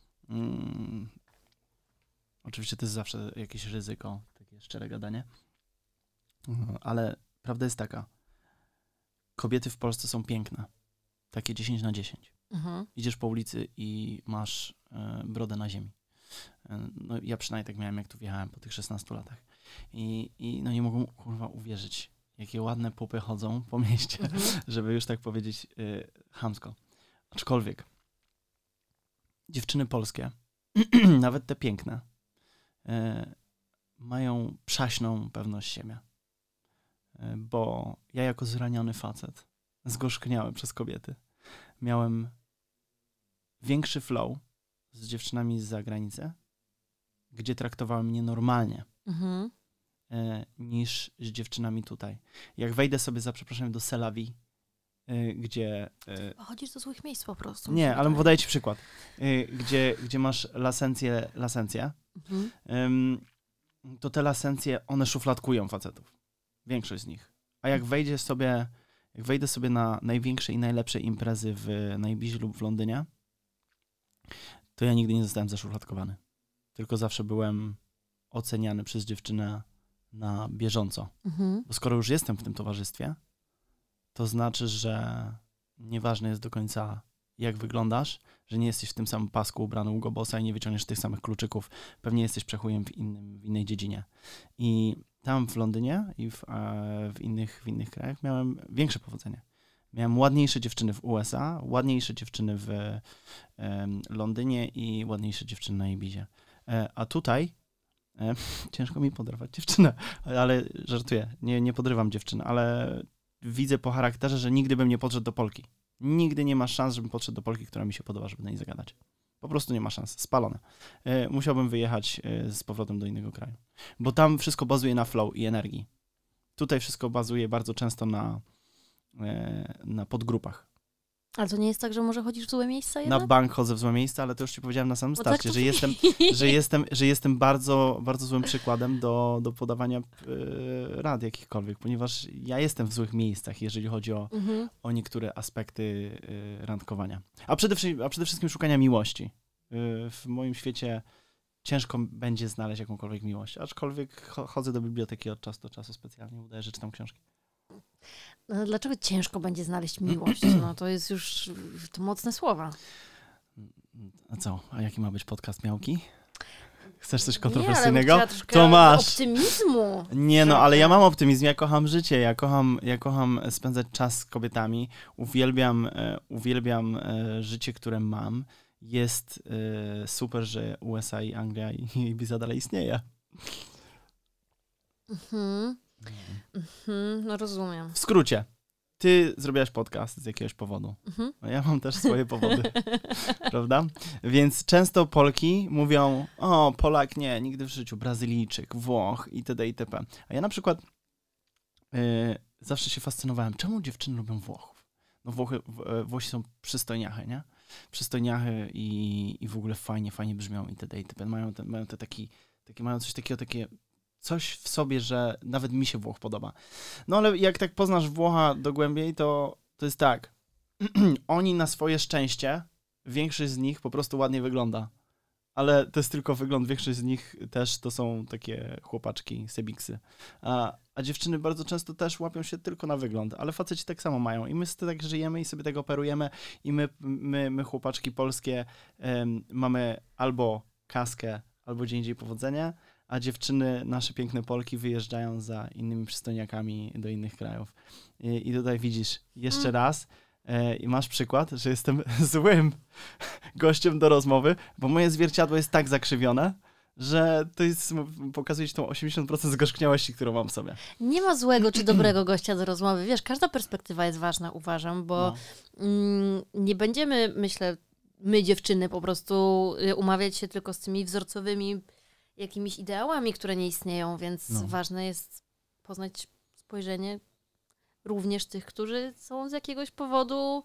Oczywiście to jest zawsze jakieś ryzyko, takie szczere gadanie. Ale prawda jest taka. Kobiety w Polsce są piękne. Takie 10/10. Mhm. Idziesz po ulicy i masz brodę na ziemi. No, ja przynajmniej tak miałem, jak tu wjechałem po tych 16 latach. I no nie mogą, kurwa, uwierzyć, jakie ładne pupy chodzą po mieście, żeby już tak powiedzieć chamsko. Aczkolwiek dziewczyny polskie, nawet te piękne, mają przaśną pewność siebie. Bo ja jako zraniony facet, zgorzkniały przez kobiety, miałem większy flow z dziewczynami z zagranicy, gdzie traktowały mnie normalnie, niż z dziewczynami tutaj. Jak wejdę sobie za przeproszeniem do Selawi, gdzie... Chodzisz do złych miejsc po prostu. Nie, ale podaję ci przykład. Gdzie masz lasencję, to te lasencje, one szufladkują facetów. Większość z nich. A jak wejdę sobie na największe i najlepsze imprezy na Ibizie lub w Londynie, to ja nigdy nie zostałem zaszufladkowany. Tylko zawsze byłem oceniany przez dziewczynę na bieżąco. Bo skoro już jestem w tym towarzystwie, to znaczy, że nieważne jest do końca, jak wyglądasz, że nie jesteś w tym samym pasku ubrany u Gobosa i nie wyciągniesz tych samych kluczyków. Pewnie jesteś przechujem w innej dziedzinie. I tam w Londynie i w innych krajach miałem większe powodzenie. Miałem ładniejsze dziewczyny w USA, ładniejsze dziewczyny w Londynie i ładniejsze dziewczyny na Ibizie. A tutaj ciężko mi poderwać dziewczynę, ale żartuję, nie podrywam dziewczyn, ale widzę po charakterze, że nigdy bym nie podszedł do Polki. Nigdy nie ma szans, żebym podszedł do Polki, która mi się podoba, żeby na niej zagadać. Po prostu nie ma szans. Spalone. Musiałbym wyjechać z powrotem do innego kraju. Bo tam wszystko bazuje na flow i energii. Tutaj wszystko bazuje bardzo często na podgrupach. Ale to nie jest tak, że może chodzisz w złe miejsca jednak? Na bank chodzę w złe miejsca, ale to już ci powiedziałem na samym starcie, że jestem bardzo, bardzo złym przykładem do podawania rad jakichkolwiek, ponieważ ja jestem w złych miejscach, jeżeli chodzi o niektóre aspekty randkowania. A przede wszystkim szukania miłości. W moim świecie ciężko będzie znaleźć jakąkolwiek miłość, aczkolwiek chodzę do biblioteki od czasu do czasu specjalnie, udaję, że czytam książki. No, dlaczego ciężko będzie znaleźć miłość? No to jest już to mocne słowa. A co? A jaki ma być podcast Miałki? Chcesz coś kontrowersyjnego? Nie, ale to masz. Optymizmu. Nie, no ale ja mam optymizm, ja kocham życie, ja kocham spędzać czas z kobietami, uwielbiam życie, które mam. Jest super, że USA i Anglia i Ibiza dalej istnieje. No rozumiem. W skrócie, ty zrobiłaś podcast z jakiegoś powodu. No ja mam też swoje powody, prawda? Więc często Polki mówią, o, Polak nie, nigdy w życiu, Brazylijczyk, Włoch itd. itp. A ja na przykład zawsze się fascynowałem, czemu dziewczyny lubią Włochów? No Włosi są przystojniachy, nie? Przystojniachy i w ogóle fajnie brzmią itd. itp. Mają coś takiego, coś w sobie, że nawet mi się Włoch podoba. No ale jak tak poznasz Włocha dogłębiej, to jest tak. Oni na swoje szczęście, większość z nich po prostu ładnie wygląda. Ale to jest tylko wygląd. Większość z nich też to są takie chłopaczki, sebiksy. A dziewczyny bardzo często też łapią się tylko na wygląd. Ale faceci tak samo mają. I my tak żyjemy i sobie tego operujemy. I my chłopaczki polskie, mamy albo kaskę, albo gdzie indziej powodzenie, a dziewczyny, nasze piękne Polki, wyjeżdżają za innymi przystojniakami do innych krajów. I tutaj widzisz jeszcze raz, i masz przykład, że jestem złym gościem do rozmowy, bo moje zwierciadło jest tak zakrzywione, że to pokazuje ci tą 80% zgorzkniałości, którą mam w sobie. Nie ma złego czy dobrego gościa do rozmowy. Wiesz, każda perspektywa jest ważna, uważam, bo nie będziemy, myślę, my dziewczyny po prostu umawiać się tylko z tymi wzorcowymi jakimiś ideałami, które nie istnieją, więc ważne jest poznać spojrzenie również tych, którzy są z jakiegoś powodu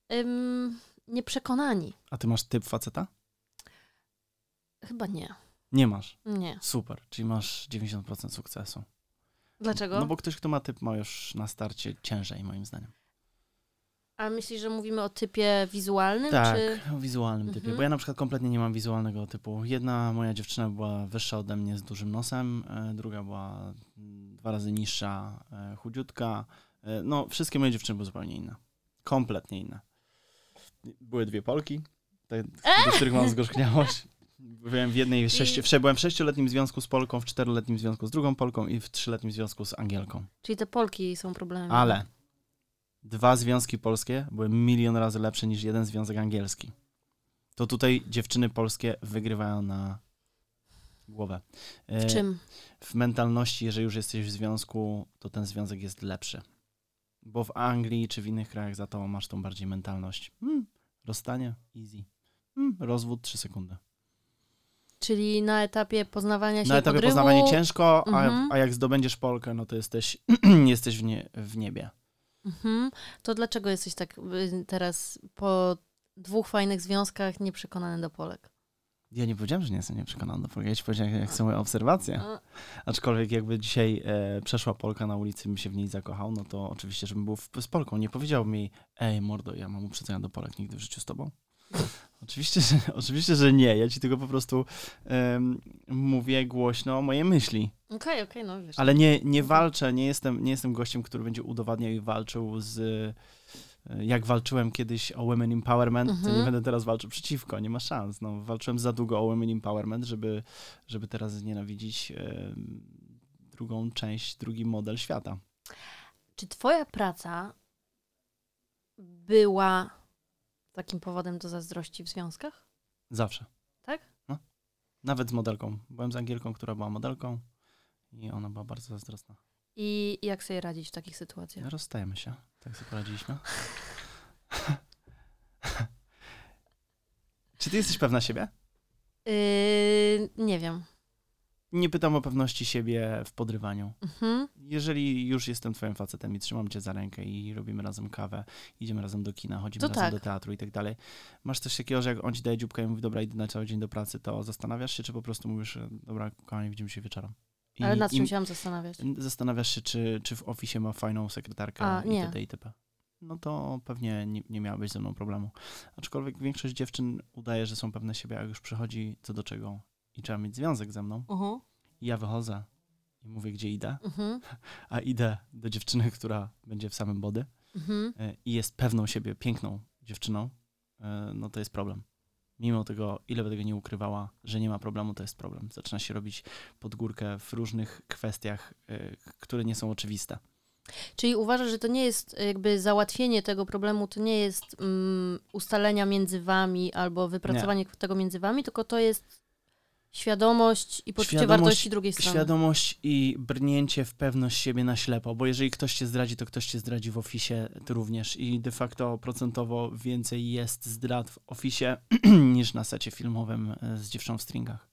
nieprzekonani. A ty masz typ faceta? Chyba nie. Nie masz? Nie. Super, czyli masz 90% sukcesu. Dlaczego? No bo ktoś, kto ma typ, ma już na starcie ciężej, moim zdaniem. A myślisz, że mówimy o typie wizualnym? Tak, czy... o wizualnym typie, bo ja na przykład kompletnie nie mam wizualnego typu. Jedna moja dziewczyna była wyższa ode mnie z dużym nosem, druga była 2 razy niższa, chudziutka. No, wszystkie moje dziewczyny były zupełnie inne. Kompletnie inne. Były 2 Polki, do których mam zgorzkniałość. Byłem byłem w 6-letnim związku z Polką, w 4-letnim związku z drugą Polką i w 3-letnim związku z Angielką. Czyli te Polki są problemem. Ale 2 związki polskie były 1 000 000 razy lepsze niż 1 związek angielski. To tutaj dziewczyny polskie wygrywają na głowę. W czym? W mentalności, jeżeli już jesteś w związku, to ten związek jest lepszy. Bo w Anglii czy w innych krajach za to masz tą bardziej mentalność. Rozstanie, easy. Rozwód, 3 sekundy. Czyli na etapie poznawania się Na etapie podrywu... poznawania ciężko, a jak zdobędziesz Polkę, no to jesteś w niebie. To dlaczego jesteś tak teraz po 2 fajnych związkach nieprzekonany do Polek? Ja nie powiedziałem, że nie jestem nieprzekonany do Polki. Ja ci powiedziałem, jak są moje obserwacje. Aczkolwiek jakby dzisiaj przeszła Polka na ulicy i bym się w niej zakochał, no to oczywiście, żebym był z Polką. Nie powiedziałbym jej, ej mordo, ja mam uprzedzenia do Polek nigdy w życiu z tobą. Oczywiście, że nie. Ja ci tylko po prostu mówię głośno moje myśli. Okej, no wiesz. Ale nie walczę, nie jestem gościem, który będzie udowadniał i walczył jak walczyłem kiedyś o Women Empowerment, to nie będę teraz walczył przeciwko, nie ma szans. No, walczyłem za długo o Women Empowerment, żeby teraz znienawidzić drugą część, drugi model świata. Czy twoja praca była takim powodem do zazdrości w związkach? Zawsze. Tak? No. Nawet z modelką. Byłem z Angielką, która była modelką i ona była bardzo zazdrosna. I jak sobie radzić w takich sytuacjach? Rozstajemy się. Tak sobie poradziliśmy. Czy ty jesteś pewna siebie? Nie wiem. Nie pytam o pewności siebie w podrywaniu. Jeżeli już jestem twoim facetem i trzymam cię za rękę i robimy razem kawę, idziemy razem do kina, chodzimy razem do teatru i tak dalej, masz coś takiego, że jak on ci daje dzióbkę i mówi, dobra, idę na cały dzień do pracy, to zastanawiasz się, czy po prostu mówisz, dobra, kochani, widzimy się wieczorem. Ale nad czym się mam zastanawiać? Zastanawiasz się, czy w ofisie ma fajną sekretarkę itd. itp. No to pewnie nie miałabyś ze mną problemu. Aczkolwiek większość dziewczyn udaje, że są pewne siebie, a już przychodzi co do czego i trzeba mieć związek ze mną. I ja wychodzę i mówię, gdzie idę, a idę do dziewczyny, która będzie w samym body i jest pewną siebie, piękną dziewczyną, no to jest problem. Mimo tego, ile by tego nie ukrywała, że nie ma problemu, to jest problem. Zaczyna się robić pod górkę w różnych kwestiach, które nie są oczywiste. Czyli uważasz, że to nie jest jakby załatwienie tego problemu, to nie jest ustalenia między wami albo wypracowanie tego między wami, tylko to jest świadomość i poczucie wartości drugiej strony. Świadomość i brnięcie w pewność siebie na ślepo, bo jeżeli ktoś cię zdradzi, to ktoś cię zdradzi w ofisie również i de facto procentowo więcej jest zdrad w ofisie niż na secie filmowym z dziewczą w stringach.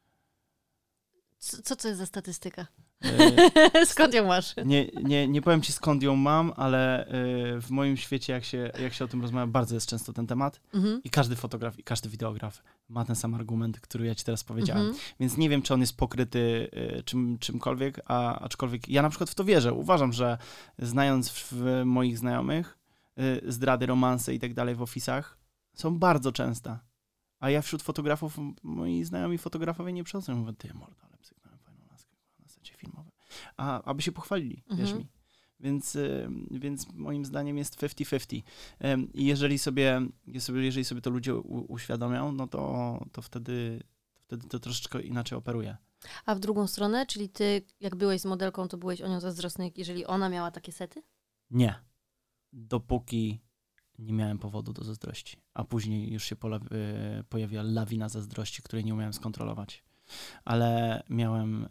Co to jest za statystyka? Skąd ją masz? Nie powiem ci, skąd ją mam, ale w moim świecie, jak się o tym rozmawia, bardzo jest często ten temat. I każdy fotograf i każdy wideograf ma ten sam argument, który ja ci teraz powiedziałem. Więc nie wiem, czy on jest pokryty czymkolwiek, aczkolwiek ja na przykład w to wierzę. Uważam, że znając moich znajomych zdrady, romanse i tak dalej w ofisach są bardzo częste. A ja wśród fotografów, moi znajomi fotografowie nie przychodzą i mówią, ty mordo, ale psyknąłem fajną laskę na secie filmowym. Aby się pochwalili, wierz mi. Więc moim zdaniem jest 50-50. I jeżeli sobie to ludzie uświadomią, no to wtedy to troszeczkę inaczej operuje. A w drugą stronę, czyli ty jak byłeś z modelką, to byłeś o nią zazdrosny, jeżeli ona miała takie sety? Nie. Dopóki nie miałem powodu do zazdrości. A później już się pojawiła lawina zazdrości, której nie umiałem skontrolować. Ale miałem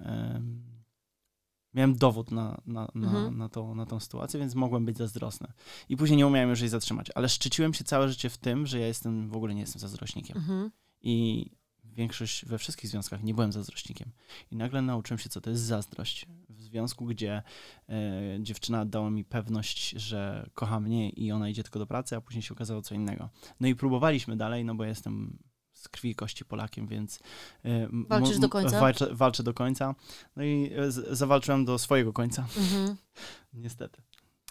dowód na tą sytuację, więc mogłem być zazdrosny. I później nie umiałem już jej zatrzymać. Ale szczyciłem się całe życie w tym, że ja w ogóle nie jestem zazdrośnikiem. I we wszystkich związkach nie byłem zazdrośnikiem. I nagle nauczyłem się, co to jest zazdrość. W związku, gdzie dziewczyna dała mi pewność, że kocha mnie i ona idzie tylko do pracy, a później się okazało co innego. No i próbowaliśmy dalej, no bo jestem z krwi i kości Polakiem, więc walczysz do końca? Walczę do końca. No i zawalczyłem do swojego końca. Niestety.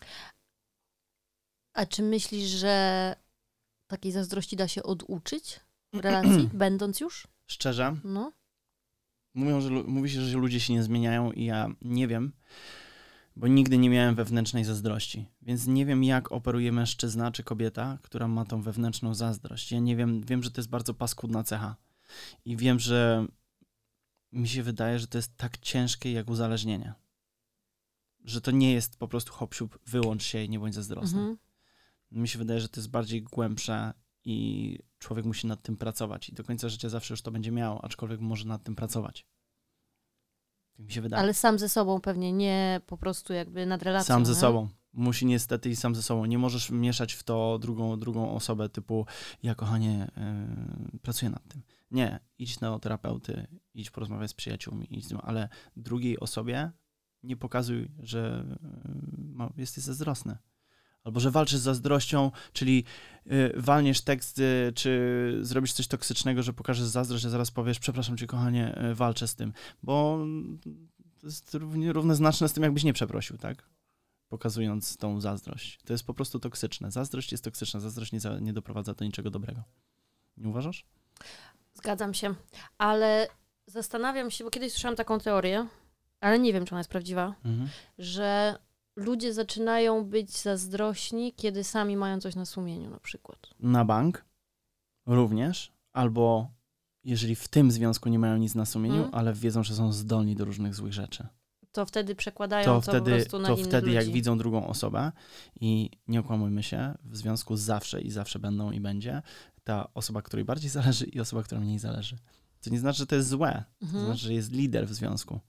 A czy myślisz, że takiej zazdrości da się oduczyć w relacji, będąc już? Szczerze? No. Mówi się, że ludzie się nie zmieniają i ja nie wiem, bo nigdy nie miałem wewnętrznej zazdrości. Więc nie wiem, jak operuje mężczyzna czy kobieta, która ma tą wewnętrzną zazdrość. Ja nie wiem, że to jest bardzo paskudna cecha. I wiem, że mi się wydaje, że to jest tak ciężkie jak uzależnienie. Że to nie jest po prostu hop-siup, wyłącz się i nie bądź zazdrosny. Mi się wydaje, że to jest bardziej głębsze i człowiek musi nad tym pracować. I do końca życia zawsze już to będzie miał, aczkolwiek może nad tym pracować. Tak mi się wydaje. Ale sam ze sobą pewnie, nie po prostu jakby nad relacją. Sam ze sobą. Musi niestety i sam ze sobą. Nie możesz mieszać w to drugą osobę typu ja, kochanie, pracuję nad tym. Nie. Idź do terapeuty, idź porozmawiać z przyjaciółmi, ale drugiej osobie nie pokazuj, że jesteś zazdrosny. Albo że walczysz z zazdrością, czyli walniesz tekst, czy zrobisz coś toksycznego, że pokażesz zazdrość, a zaraz powiesz, przepraszam cię, kochanie, walczę z tym. Bo to jest równoznaczne z tym, jakbyś nie przeprosił, tak? Pokazując tą zazdrość. To jest po prostu toksyczne. Zazdrość jest toksyczna. Zazdrość nie doprowadza do niczego dobrego. Nie uważasz? Zgadzam się. Ale zastanawiam się, bo kiedyś słyszałam taką teorię, ale nie wiem, czy ona jest prawdziwa, że ludzie zaczynają być zazdrośni, kiedy sami mają coś na sumieniu na przykład. Na bank również, albo jeżeli w tym związku nie mają nic na sumieniu, ale wiedzą, że są zdolni do różnych złych rzeczy. To wtedy przekładają to po prostu na innych wtedy ludzi. Jak widzą drugą osobę i nie okłamujmy się, w związku zawsze będą i będzie ta osoba, której bardziej zależy i osoba, która mniej zależy. To nie znaczy, że to jest złe. To znaczy, że jest lider w związku.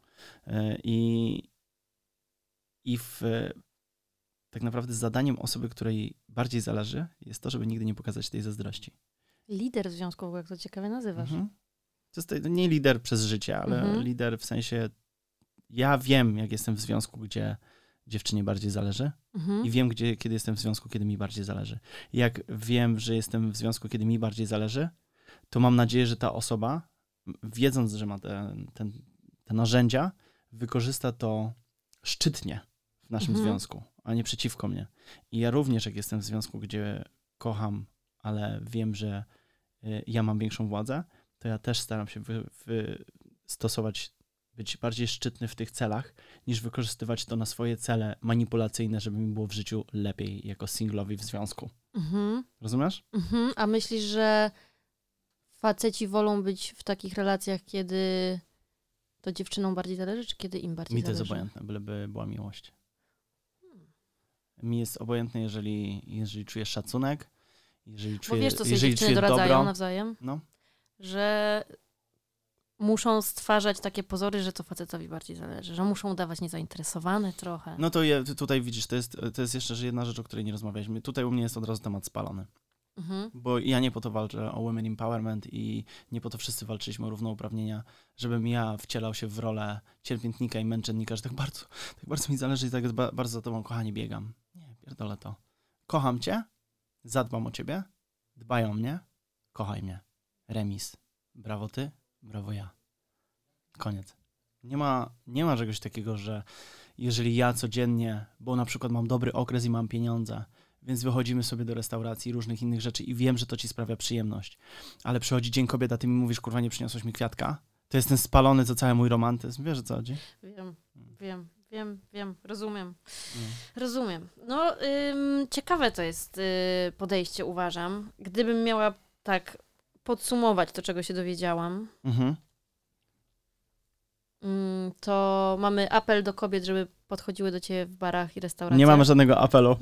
Tak naprawdę zadaniem osoby, której bardziej zależy, jest to, żeby nigdy nie pokazać tej zazdrości. Lider w związku, jak to ciekawie nazywasz. To jest nie lider przez życie, ale lider w sensie ja wiem, jak jestem w związku, gdzie dziewczynie bardziej zależy i wiem, kiedy jestem w związku, kiedy mi bardziej zależy. Jak wiem, że jestem w związku, kiedy mi bardziej zależy, to mam nadzieję, że ta osoba, wiedząc, że ma te narzędzia, wykorzysta to szczytnie w naszym związku, a nie przeciwko mnie. I ja również, jak jestem w związku, gdzie kocham, ale wiem, że ja mam większą władzę, to ja też staram się stosować, być bardziej szczytny w tych celach, niż wykorzystywać to na swoje cele manipulacyjne, żeby mi było w życiu lepiej jako singlowi w związku. Rozumiesz? A myślisz, że faceci wolą być w takich relacjach, kiedy to dziewczynom bardziej zależy, czy kiedy im bardziej zależy? Mi to jest obojętne, byleby była miłość. Mi jest obojętne, jeżeli czuję szacunek, jeżeli czuję, bo wiesz, co sobie jeżeli dziewczyny czuję doradzają dobro, nawzajem? No. Że muszą stwarzać takie pozory, że to facetowi bardziej zależy, że muszą udawać niezainteresowane trochę. No to tutaj widzisz, to jest jeszcze jedna rzecz, o której nie rozmawialiśmy. Tutaj u mnie jest od razu temat spalony. Bo ja nie po to walczę o women empowerment i nie po to wszyscy walczyliśmy o równouprawnienia, żebym ja wcielał się w rolę cierpiętnika i męczennika, że tak bardzo mi zależy i tak bardzo za tobą, kochanie, biegam. Nie, pierdolę to. Kocham cię, zadbam o ciebie, dbaj o mnie, kochaj mnie. Remis. Brawo ty, brawo ja. Koniec. Nie ma czegoś takiego, że jeżeli ja codziennie, bo na przykład mam dobry okres i mam pieniądze, więc wychodzimy sobie do restauracji i różnych innych rzeczy i wiem, że to ci sprawia przyjemność. Ale przychodzi Dzień Kobiet, a ty mi mówisz, kurwa, nie przyniosłeś mi kwiatka? To jestem spalony za cały mój romantyzm. Wiesz, o co chodzi? Wiem. Rozumiem. No, ciekawe to jest podejście, uważam. Gdybym miała tak podsumować to, czego się dowiedziałam, to mamy apel do kobiet, żeby podchodziły do ciebie w barach i restauracjach. Nie mamy żadnego apelu.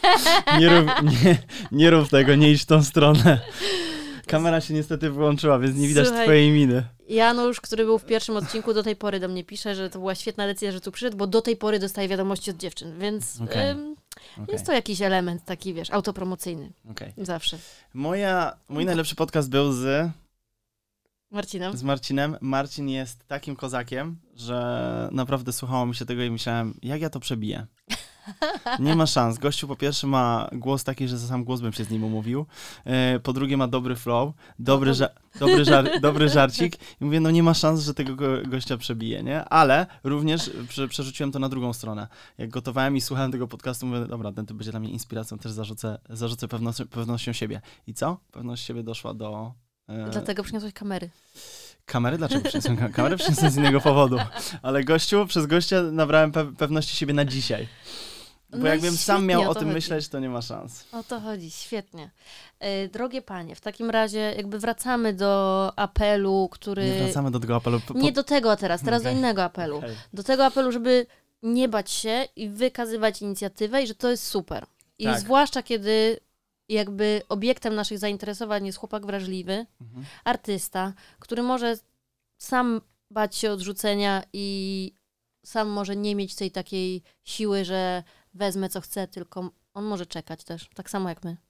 Nie rób tego, nie idź w tą stronę. Kamera się niestety wyłączyła, więc nie widać twojej miny. Janusz, który był w pierwszym odcinku, do tej pory do mnie pisze, że to była świetna decyzja, że tu przyszedł, bo do tej pory dostaje wiadomości od dziewczyn, więc jest to jakiś element taki, wiesz, autopromocyjny. Zawsze. Mój najlepszy podcast był z Marcinem. Marcin jest takim kozakiem, że naprawdę słuchało mi się tego i myślałem, jak ja to przebiję. Nie ma szans. Gościu po pierwsze ma głos taki, że za sam głos bym się z nim umówił. Po drugie ma dobry flow, dobry żarcik. I mówię, no nie ma szans, że tego gościa przebije, nie? Ale również przerzuciłem to na drugą stronę. Jak gotowałem i słuchałem tego podcastu, mówię, dobra, ten to będzie dla mnie inspiracją, też zarzucę pewnością siebie. I co? Pewność siebie doszła do... Dlatego przyniosłeś kamery. Kamery? Dlaczego przyniosłem kamerę? Przyniosłem z innego powodu. Ale przez gościa nabrałem pewności siebie na dzisiaj. Bo No jakbym sam miał o tym chodzi. myśleć, to nie ma szans. O to chodzi, świetnie. Drogie panie, w takim razie jakby wracamy do apelu, który... Nie wracamy do tego apelu. Nie do tego teraz do innego apelu. Okay. Do tego apelu, żeby nie bać się i wykazywać inicjatywę i że to jest super. I tak. zwłaszcza kiedy jakby obiektem naszych zainteresowań jest chłopak wrażliwy, artysta, który może sam bać się odrzucenia i sam może nie mieć tej takiej siły, że wezmę co chcę, tylko on może czekać też, tak samo jak my.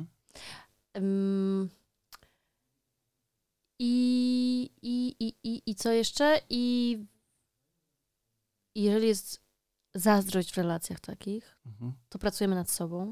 I co jeszcze? I jeżeli jest zazdrość w relacjach takich, to pracujemy nad sobą.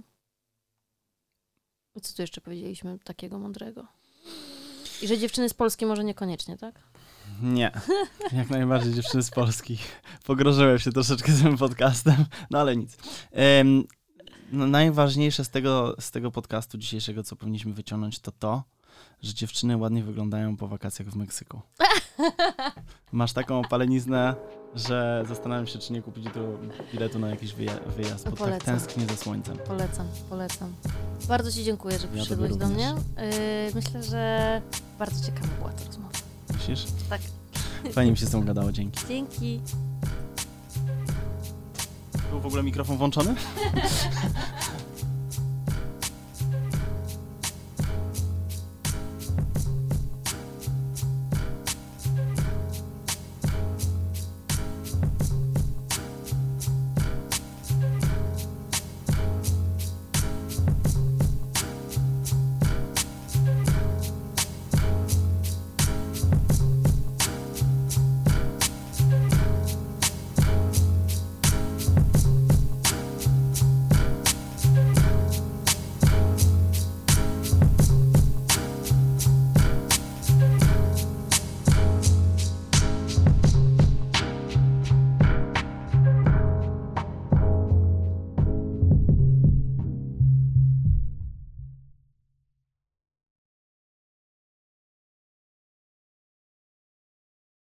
I co tu jeszcze powiedzieliśmy takiego mądrego? I że dziewczyny z Polski może niekoniecznie, tak? Nie. Jak najbardziej dziewczyny z Polski. Pogrożyłem się troszeczkę tym podcastem, no ale nic. No, najważniejsze z tego podcastu dzisiejszego, co powinniśmy wyciągnąć, to, że dziewczyny ładnie wyglądają po wakacjach w Meksyku. Masz taką opaleniznę, że zastanawiam się, czy nie kupić do biletu na jakiś wyjazd, bo tak tęsknię za słońcem. Polecam. Bardzo ci dziękuję, że przyszedłeś do mnie. Myślę, że bardzo ciekawa była ta rozmowa. Myślisz? Tak. Fajnie mi się z tą gadało, dzięki. Dzięki. Był w ogóle mikrofon włączony?